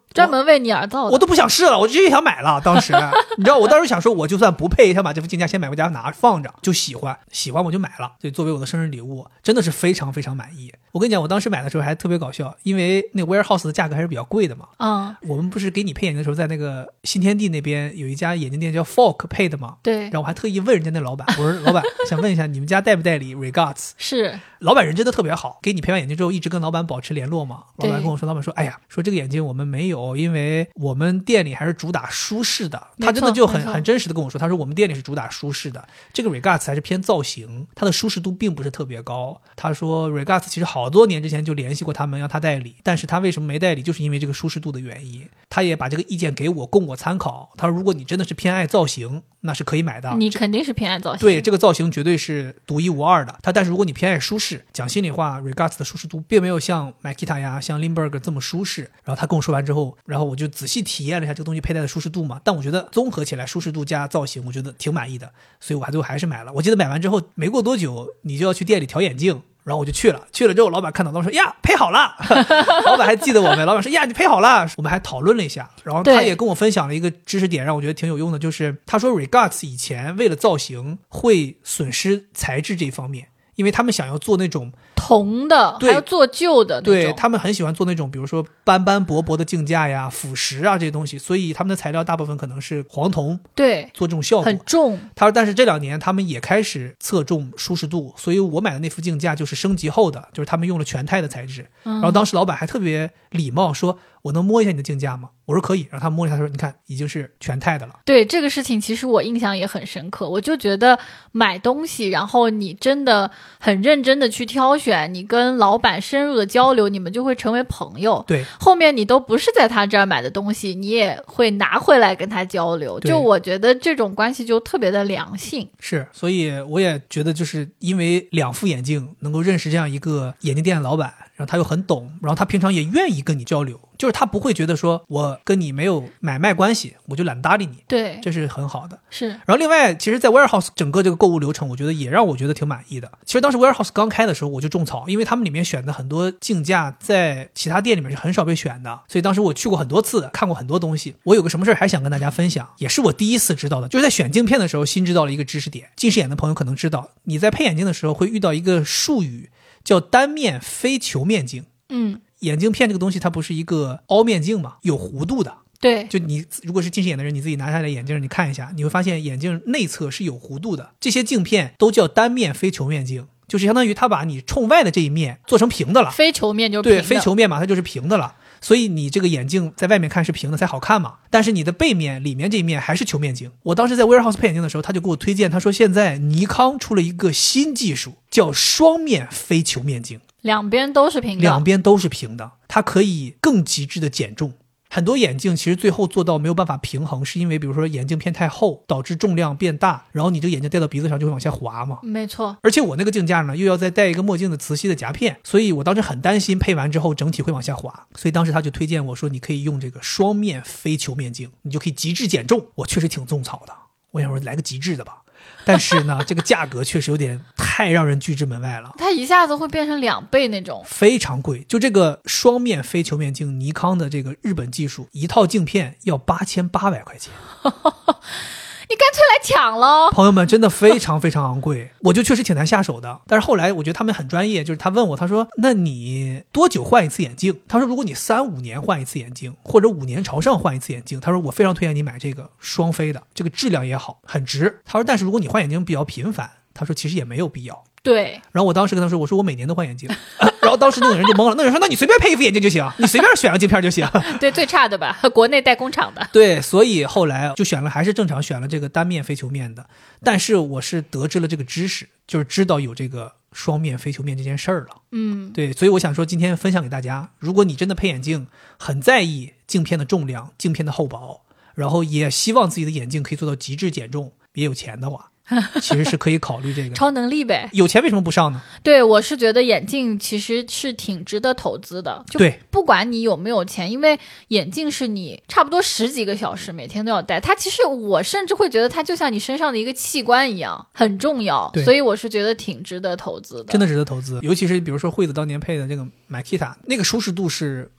专门为你而造的。 我都不想试了，我直接想买了。当时你知道，我当时想说，我就算不配，想把这副镜架先买回家拿放着，就喜欢喜欢我就买了，所以作为我的生日礼物，真的是非常非常满意。我跟你讲，我当时买的时候还特别搞笑，因为那个 Warehouse 的价格还是比较贵的嘛。 嗯， 我们不是给你配眼镜的时候，在那个新天地那边有一家眼镜店叫 Folk 配的嘛。 对。 然后我还特意问人家那老板，我说老板想问一下你们家代不代理 Regards？ 是。老板人真的特别好，给你配完眼镜之后一直跟老板保持联络嘛。老板跟我说，老板说，哎呀，说这个眼镜我们没有，因为我们店里还是主打舒适的。他真的就很很真实的跟我说，他说我们店里是主打舒适的，这个 Regards 还是偏造型，它的舒适度并不是特别高。他说 Regards 其实好多年之前就联系过他们让他代理，但是他为什么没代理，就是因为这个舒适度的原因。他也把这个意见给我供我参考。他说如果你真的是偏爱造型，那是可以买的。 你肯定是偏爱造型。 对，这个造型绝对是独一无二的。他但是如果你偏爱舒适，讲心里话 Regards 的舒适度并没有像 Makita 呀像 Lindbergh 这么舒适。然后他跟我说完之后，然后我就仔细体验了一下这个东西佩戴的舒适度嘛，但我觉得综合起来舒适度加造型我觉得挺满意的，所以我还最后还是买了。我记得买完之后没过多久你就要去店里调眼镜，然后我就去了，去了之后老板看到老板说呀配好了老板还记得我们，老板说呀你配好了，我们还讨论了一下，然后他也跟我分享了一个知识点让我觉得挺有用的，就是他说 Regards 以前为了造型会损失材质这一方面，因为他们想要做那种铜的，还要做旧的那种， 对，他们很喜欢做那种比如说斑斑驳驳的镜架呀腐蚀啊这些东西，所以他们的材料大部分可能是黄铜， 对， 做这种效果很重。 他说但是这两年他们也开始侧重舒适度，所以我买的那副镜架就是升级后的，就是他们用了全钛的材质、嗯、然后当时老板还特别礼貌说我能摸一下你的镜架吗？我说可以，然后他摸一下，他说你看已经是全钛的了。 对，这个事情其实我印象也很深刻，我就觉得买东西然后你真的很认真的去挑选，你跟老板深入的交流，你们就会成为朋友。 对， 后面你都不是在他这儿买的东西，你也会拿回来跟他交流，就我觉得这种关系就特别的良性。 是，所以我也觉得就是因为两副眼镜能够认识这样一个眼镜店的老板，然后他又很懂，然后他平常也愿意跟你交流，就是他不会觉得说我跟你没有买卖关系我就懒搭理你， 对， 这是很好的。 是， 然后另外其实在 Warehouse 整个这个购物流程我觉得也让我觉得挺满意的。其实当时 Warehouse 刚开的时候我就种草，因为他们里面选的很多镜架在其他店里面是很少被选的，所以当时我去过很多次，看过很多东西。我有个什么事还想跟大家分享，也是我第一次知道的，就是在选镜片的时候新知道了一个知识点。近视眼的朋友可能知道，你在配眼镜的时候会遇到一个术语叫单面非球面镜。 嗯， 眼镜片这个东西它不是一个凹面镜嘛，有弧度的。 对， 就你如果是近视眼的人，你自己拿下来眼镜你看一下，你会发现眼镜内侧是有弧度的。这些镜片都叫单面非球面镜，就是相当于它把你冲外的这一面做成平的了。 非球面就是平的， 对，非球面嘛，它就是平的了。所以你这个眼镜在外面看是平的才好看嘛，但是你的背面里面这一面还是球面镜。我当时在 Warehouse 配眼镜的时候，他就给我推荐，他说现在尼康出了一个新技术叫双面非球面镜， 两边都是平的， 两边都是平的，它可以更极致的减重。很多眼镜其实最后做到没有办法平衡，是因为比如说眼镜片太厚导致重量变大，然后你这个眼镜戴到鼻子上就会往下滑嘛。 没错， 而且我那个镜架呢又要再戴一个墨镜的磁吸的夹片，所以我当时很担心配完之后整体会往下滑，所以当时他就推荐我说你可以用这个双面非球面镜，你就可以极致减重。我确实挺种草的，我想说来个极致的吧，但是呢这个价格确实有点太让人拒之门外了， 它一下子会变成两倍那种， 非常贵。就这个双面非球面镜，尼康的这个日本技术，一套镜片要八千八百块钱你干脆来抢了， 朋友们，真的非常非常昂贵，我就确实挺难下手的。但是后来我觉得他们很专业，就是他问我，他说那你多久换一次眼镜？他说如果你三五年换一次眼镜，或者五年朝上换一次眼镜，他说我非常推荐你买这个双飞的，这个质量也好，很值。他说但是如果你换眼镜比较频繁，他说其实也没有必要。 对， 然后我当时跟他说，我说我每年都换眼镜、啊、然后当时那个人就懵了，那个人说那你随便配一副眼镜就行，你随便选个镜片就行对，最差的吧，国内代工厂的。 对，所以后来就选了，还是正常选了这个单面非球面的。但是我是得知了这个知识，就是知道有这个双面非球面这件事儿了。 嗯， 对，所以我想说今天分享给大家，如果你真的配眼镜很在意镜片的重量，镜片的厚薄，然后也希望自己的眼镜可以做到极致减重，也有钱的话其实是可以考虑这个超能力呗， 有钱为什么不上呢？ 对，我是觉得眼镜其实是挺值得投资的，就不管你有没有钱，因为眼镜是你差不多十几个小时每天都要戴，它其实我甚至会觉得它就像你身上的一个器官一样很重要，所以我是觉得挺值得投资的， 真的值得投资。尤其是比如说惠子当年配的这个 Makita， 那个舒适度是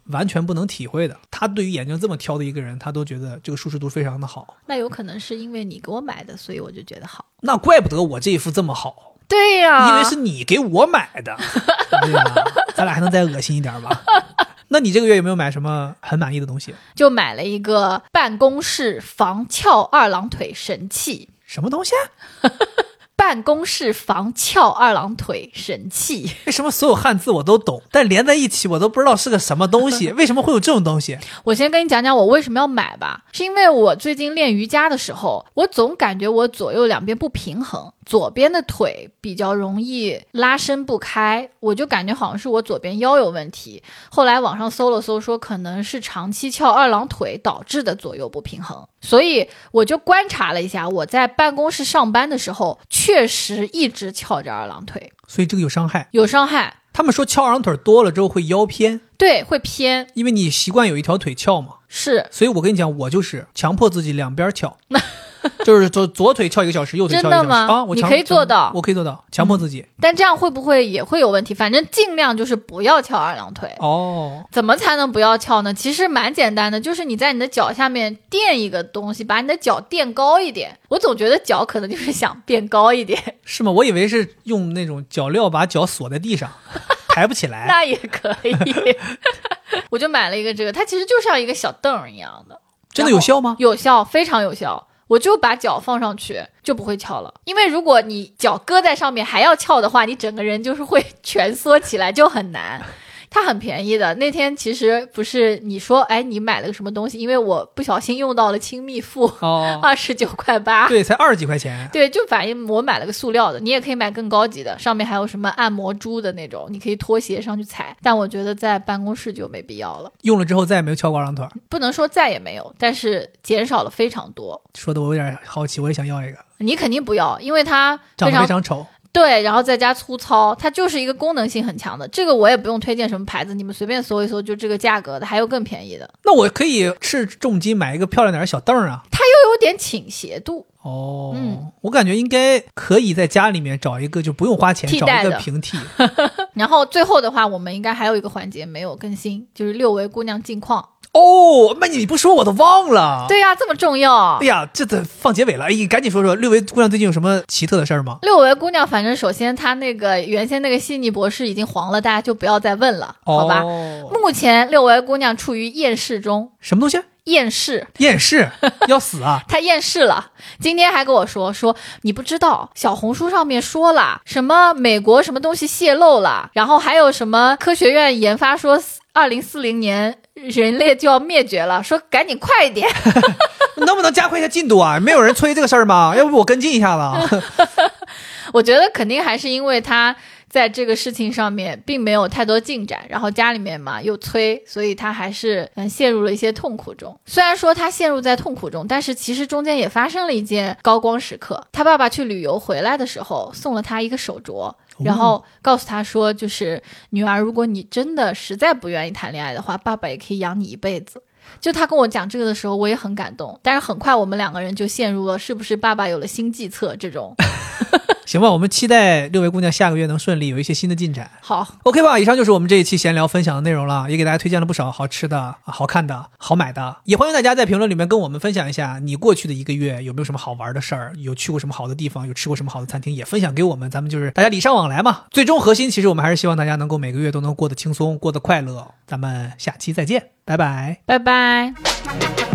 完全不能体会的。他对于眼睛这么挑的一个人，他都觉得这个舒适度非常的好。 那有可能是因为你给我买的，所以我就觉得好。 那怪不得我这一副这么好。 对呀， 因为是你给我买的。对呀，咱俩还能再恶心一点吧？那你这个月有没有买什么很满意的东西？ 就买了一个办公室防翘二郎腿神器。 什么东西？ 办公室防翘二郎腿神器。 为什么所有汉字我都懂，但连在一起我都不知道是个什么东西？为什么会有这种东西？ 我先跟你讲讲我为什么要买吧。是因为我最近练瑜伽的时候，我总感觉我左右两边不平衡，左边的腿比较容易拉伸不开，我就感觉好像是我左边腰有问题。后来网上搜了搜，说可能是长期翘二郎腿导致的左右不平衡。所以我就观察了一下，我在办公室上班的时候确实一直翘着二郎腿， 所以这个有伤害。 有伤害。 他们说翘二郎腿多了之后会腰偏。 对，会偏， 因为你习惯有一条腿翘嘛。 是， 所以我跟你讲，我就是强迫自己两边翘。就是左左腿翘一个小时，右腿翘一个小时。 真的吗？ 啊，我你可以做到， 我可以做到，强迫自己、 嗯。但这样会不会也会有问题？反正尽量就是不要翘二郎腿。 哦， 怎么才能不要翘呢？其实蛮简单的，就是你在你的脚下面垫一个东西，把你的脚垫高一点。我总觉得脚可能就是想变高一点。 是吗？我以为是用那种脚镣把脚锁在地上，抬不起来。 那也可以。我就买了一个这个，它其实就像一个小凳一样的。 真的有效吗？ 有效，非常有效。我就把脚放上去就不会翘了，因为如果你脚搁在上面还要翘的话，你整个人就是会蜷缩起来，就很难。它很便宜的，那天其实不是你说哎你买了个什么东西，因为我不小心用到了亲密付， 哦， 二十九块八， 对，才二十几块钱。 对，就反正我买了个塑料的，你也可以买更高级的，上面还有什么按摩珠的那种，你可以拖鞋上去踩。但我觉得在办公室就没必要了。 用了之后再也没有翘过二郎腿？ 不能说再也没有，但是减少了非常多。 说的我有点好奇，我也想要一个。 你肯定不要，因为它长得非常丑。 对，然后再加粗糙，它就是一个功能性很强的。这个我也不用推荐什么牌子，你们随便搜一搜，就这个价格的，还有更便宜的。 那我可以斥重金买一个漂亮点的小凳啊。 它又有点倾斜度。 哦， 嗯， 我感觉应该可以在家里面找一个就不用花钱找一个平替。 然后最后的话，我们应该还有一个环节没有更新，就是六维姑娘近况。 哦，那你不说我都忘了。 对呀、啊，这么重要。 哎呀，这得放结尾了。哎，赶紧说说六维姑娘最近有什么奇特的事儿吗？ 六维姑娘，反正首先她那个原先那个悉尼博士已经黄了，大家就不要再问了，好吧？ 哦、 目前六维姑娘处于厌世中。 什么东西？ 厌世。 厌世？要死啊！ 她厌世了。今天还跟我说说，你不知道小红书上面说了什么美国什么东西泄露了，然后还有什么科学院研发说二零四零年人类就要灭绝了，说赶紧快一点。 能不能加快一下进度啊？没有人催这个事儿吗？要不我跟进一下子。 我觉得肯定还是因为他在这个事情上面并没有太多进展，然后家里面嘛又催，所以他还是嗯陷入了一些痛苦中。虽然说他陷入在痛苦中，但是其实中间也发生了一件高光时刻。他爸爸去旅游回来的时候送了他一个手镯，然后告诉他说，就是女儿，如果你真的实在不愿意谈恋爱的话，爸爸也可以养你一辈子。就他跟我讲这个的时候我也很感动，但是很快我们两个人就陷入了是不是爸爸有了新计策这种。 行吧，我们期待六位姑娘下个月能顺利有一些新的进展。 好 OK 吧，以上就是我们这一期闲聊分享的内容了，也给大家推荐了不少好吃的、好看的、好买的，也欢迎大家在评论里面跟我们分享一下你过去的一个月有没有什么好玩的事儿，有去过什么好的地方，有吃过什么好的餐厅，也分享给我们，咱们就是大家礼尚往来嘛。最终核心其实我们还是希望大家能够每个月都能过得轻松，过得快乐。咱们下期再见，拜拜， 拜拜。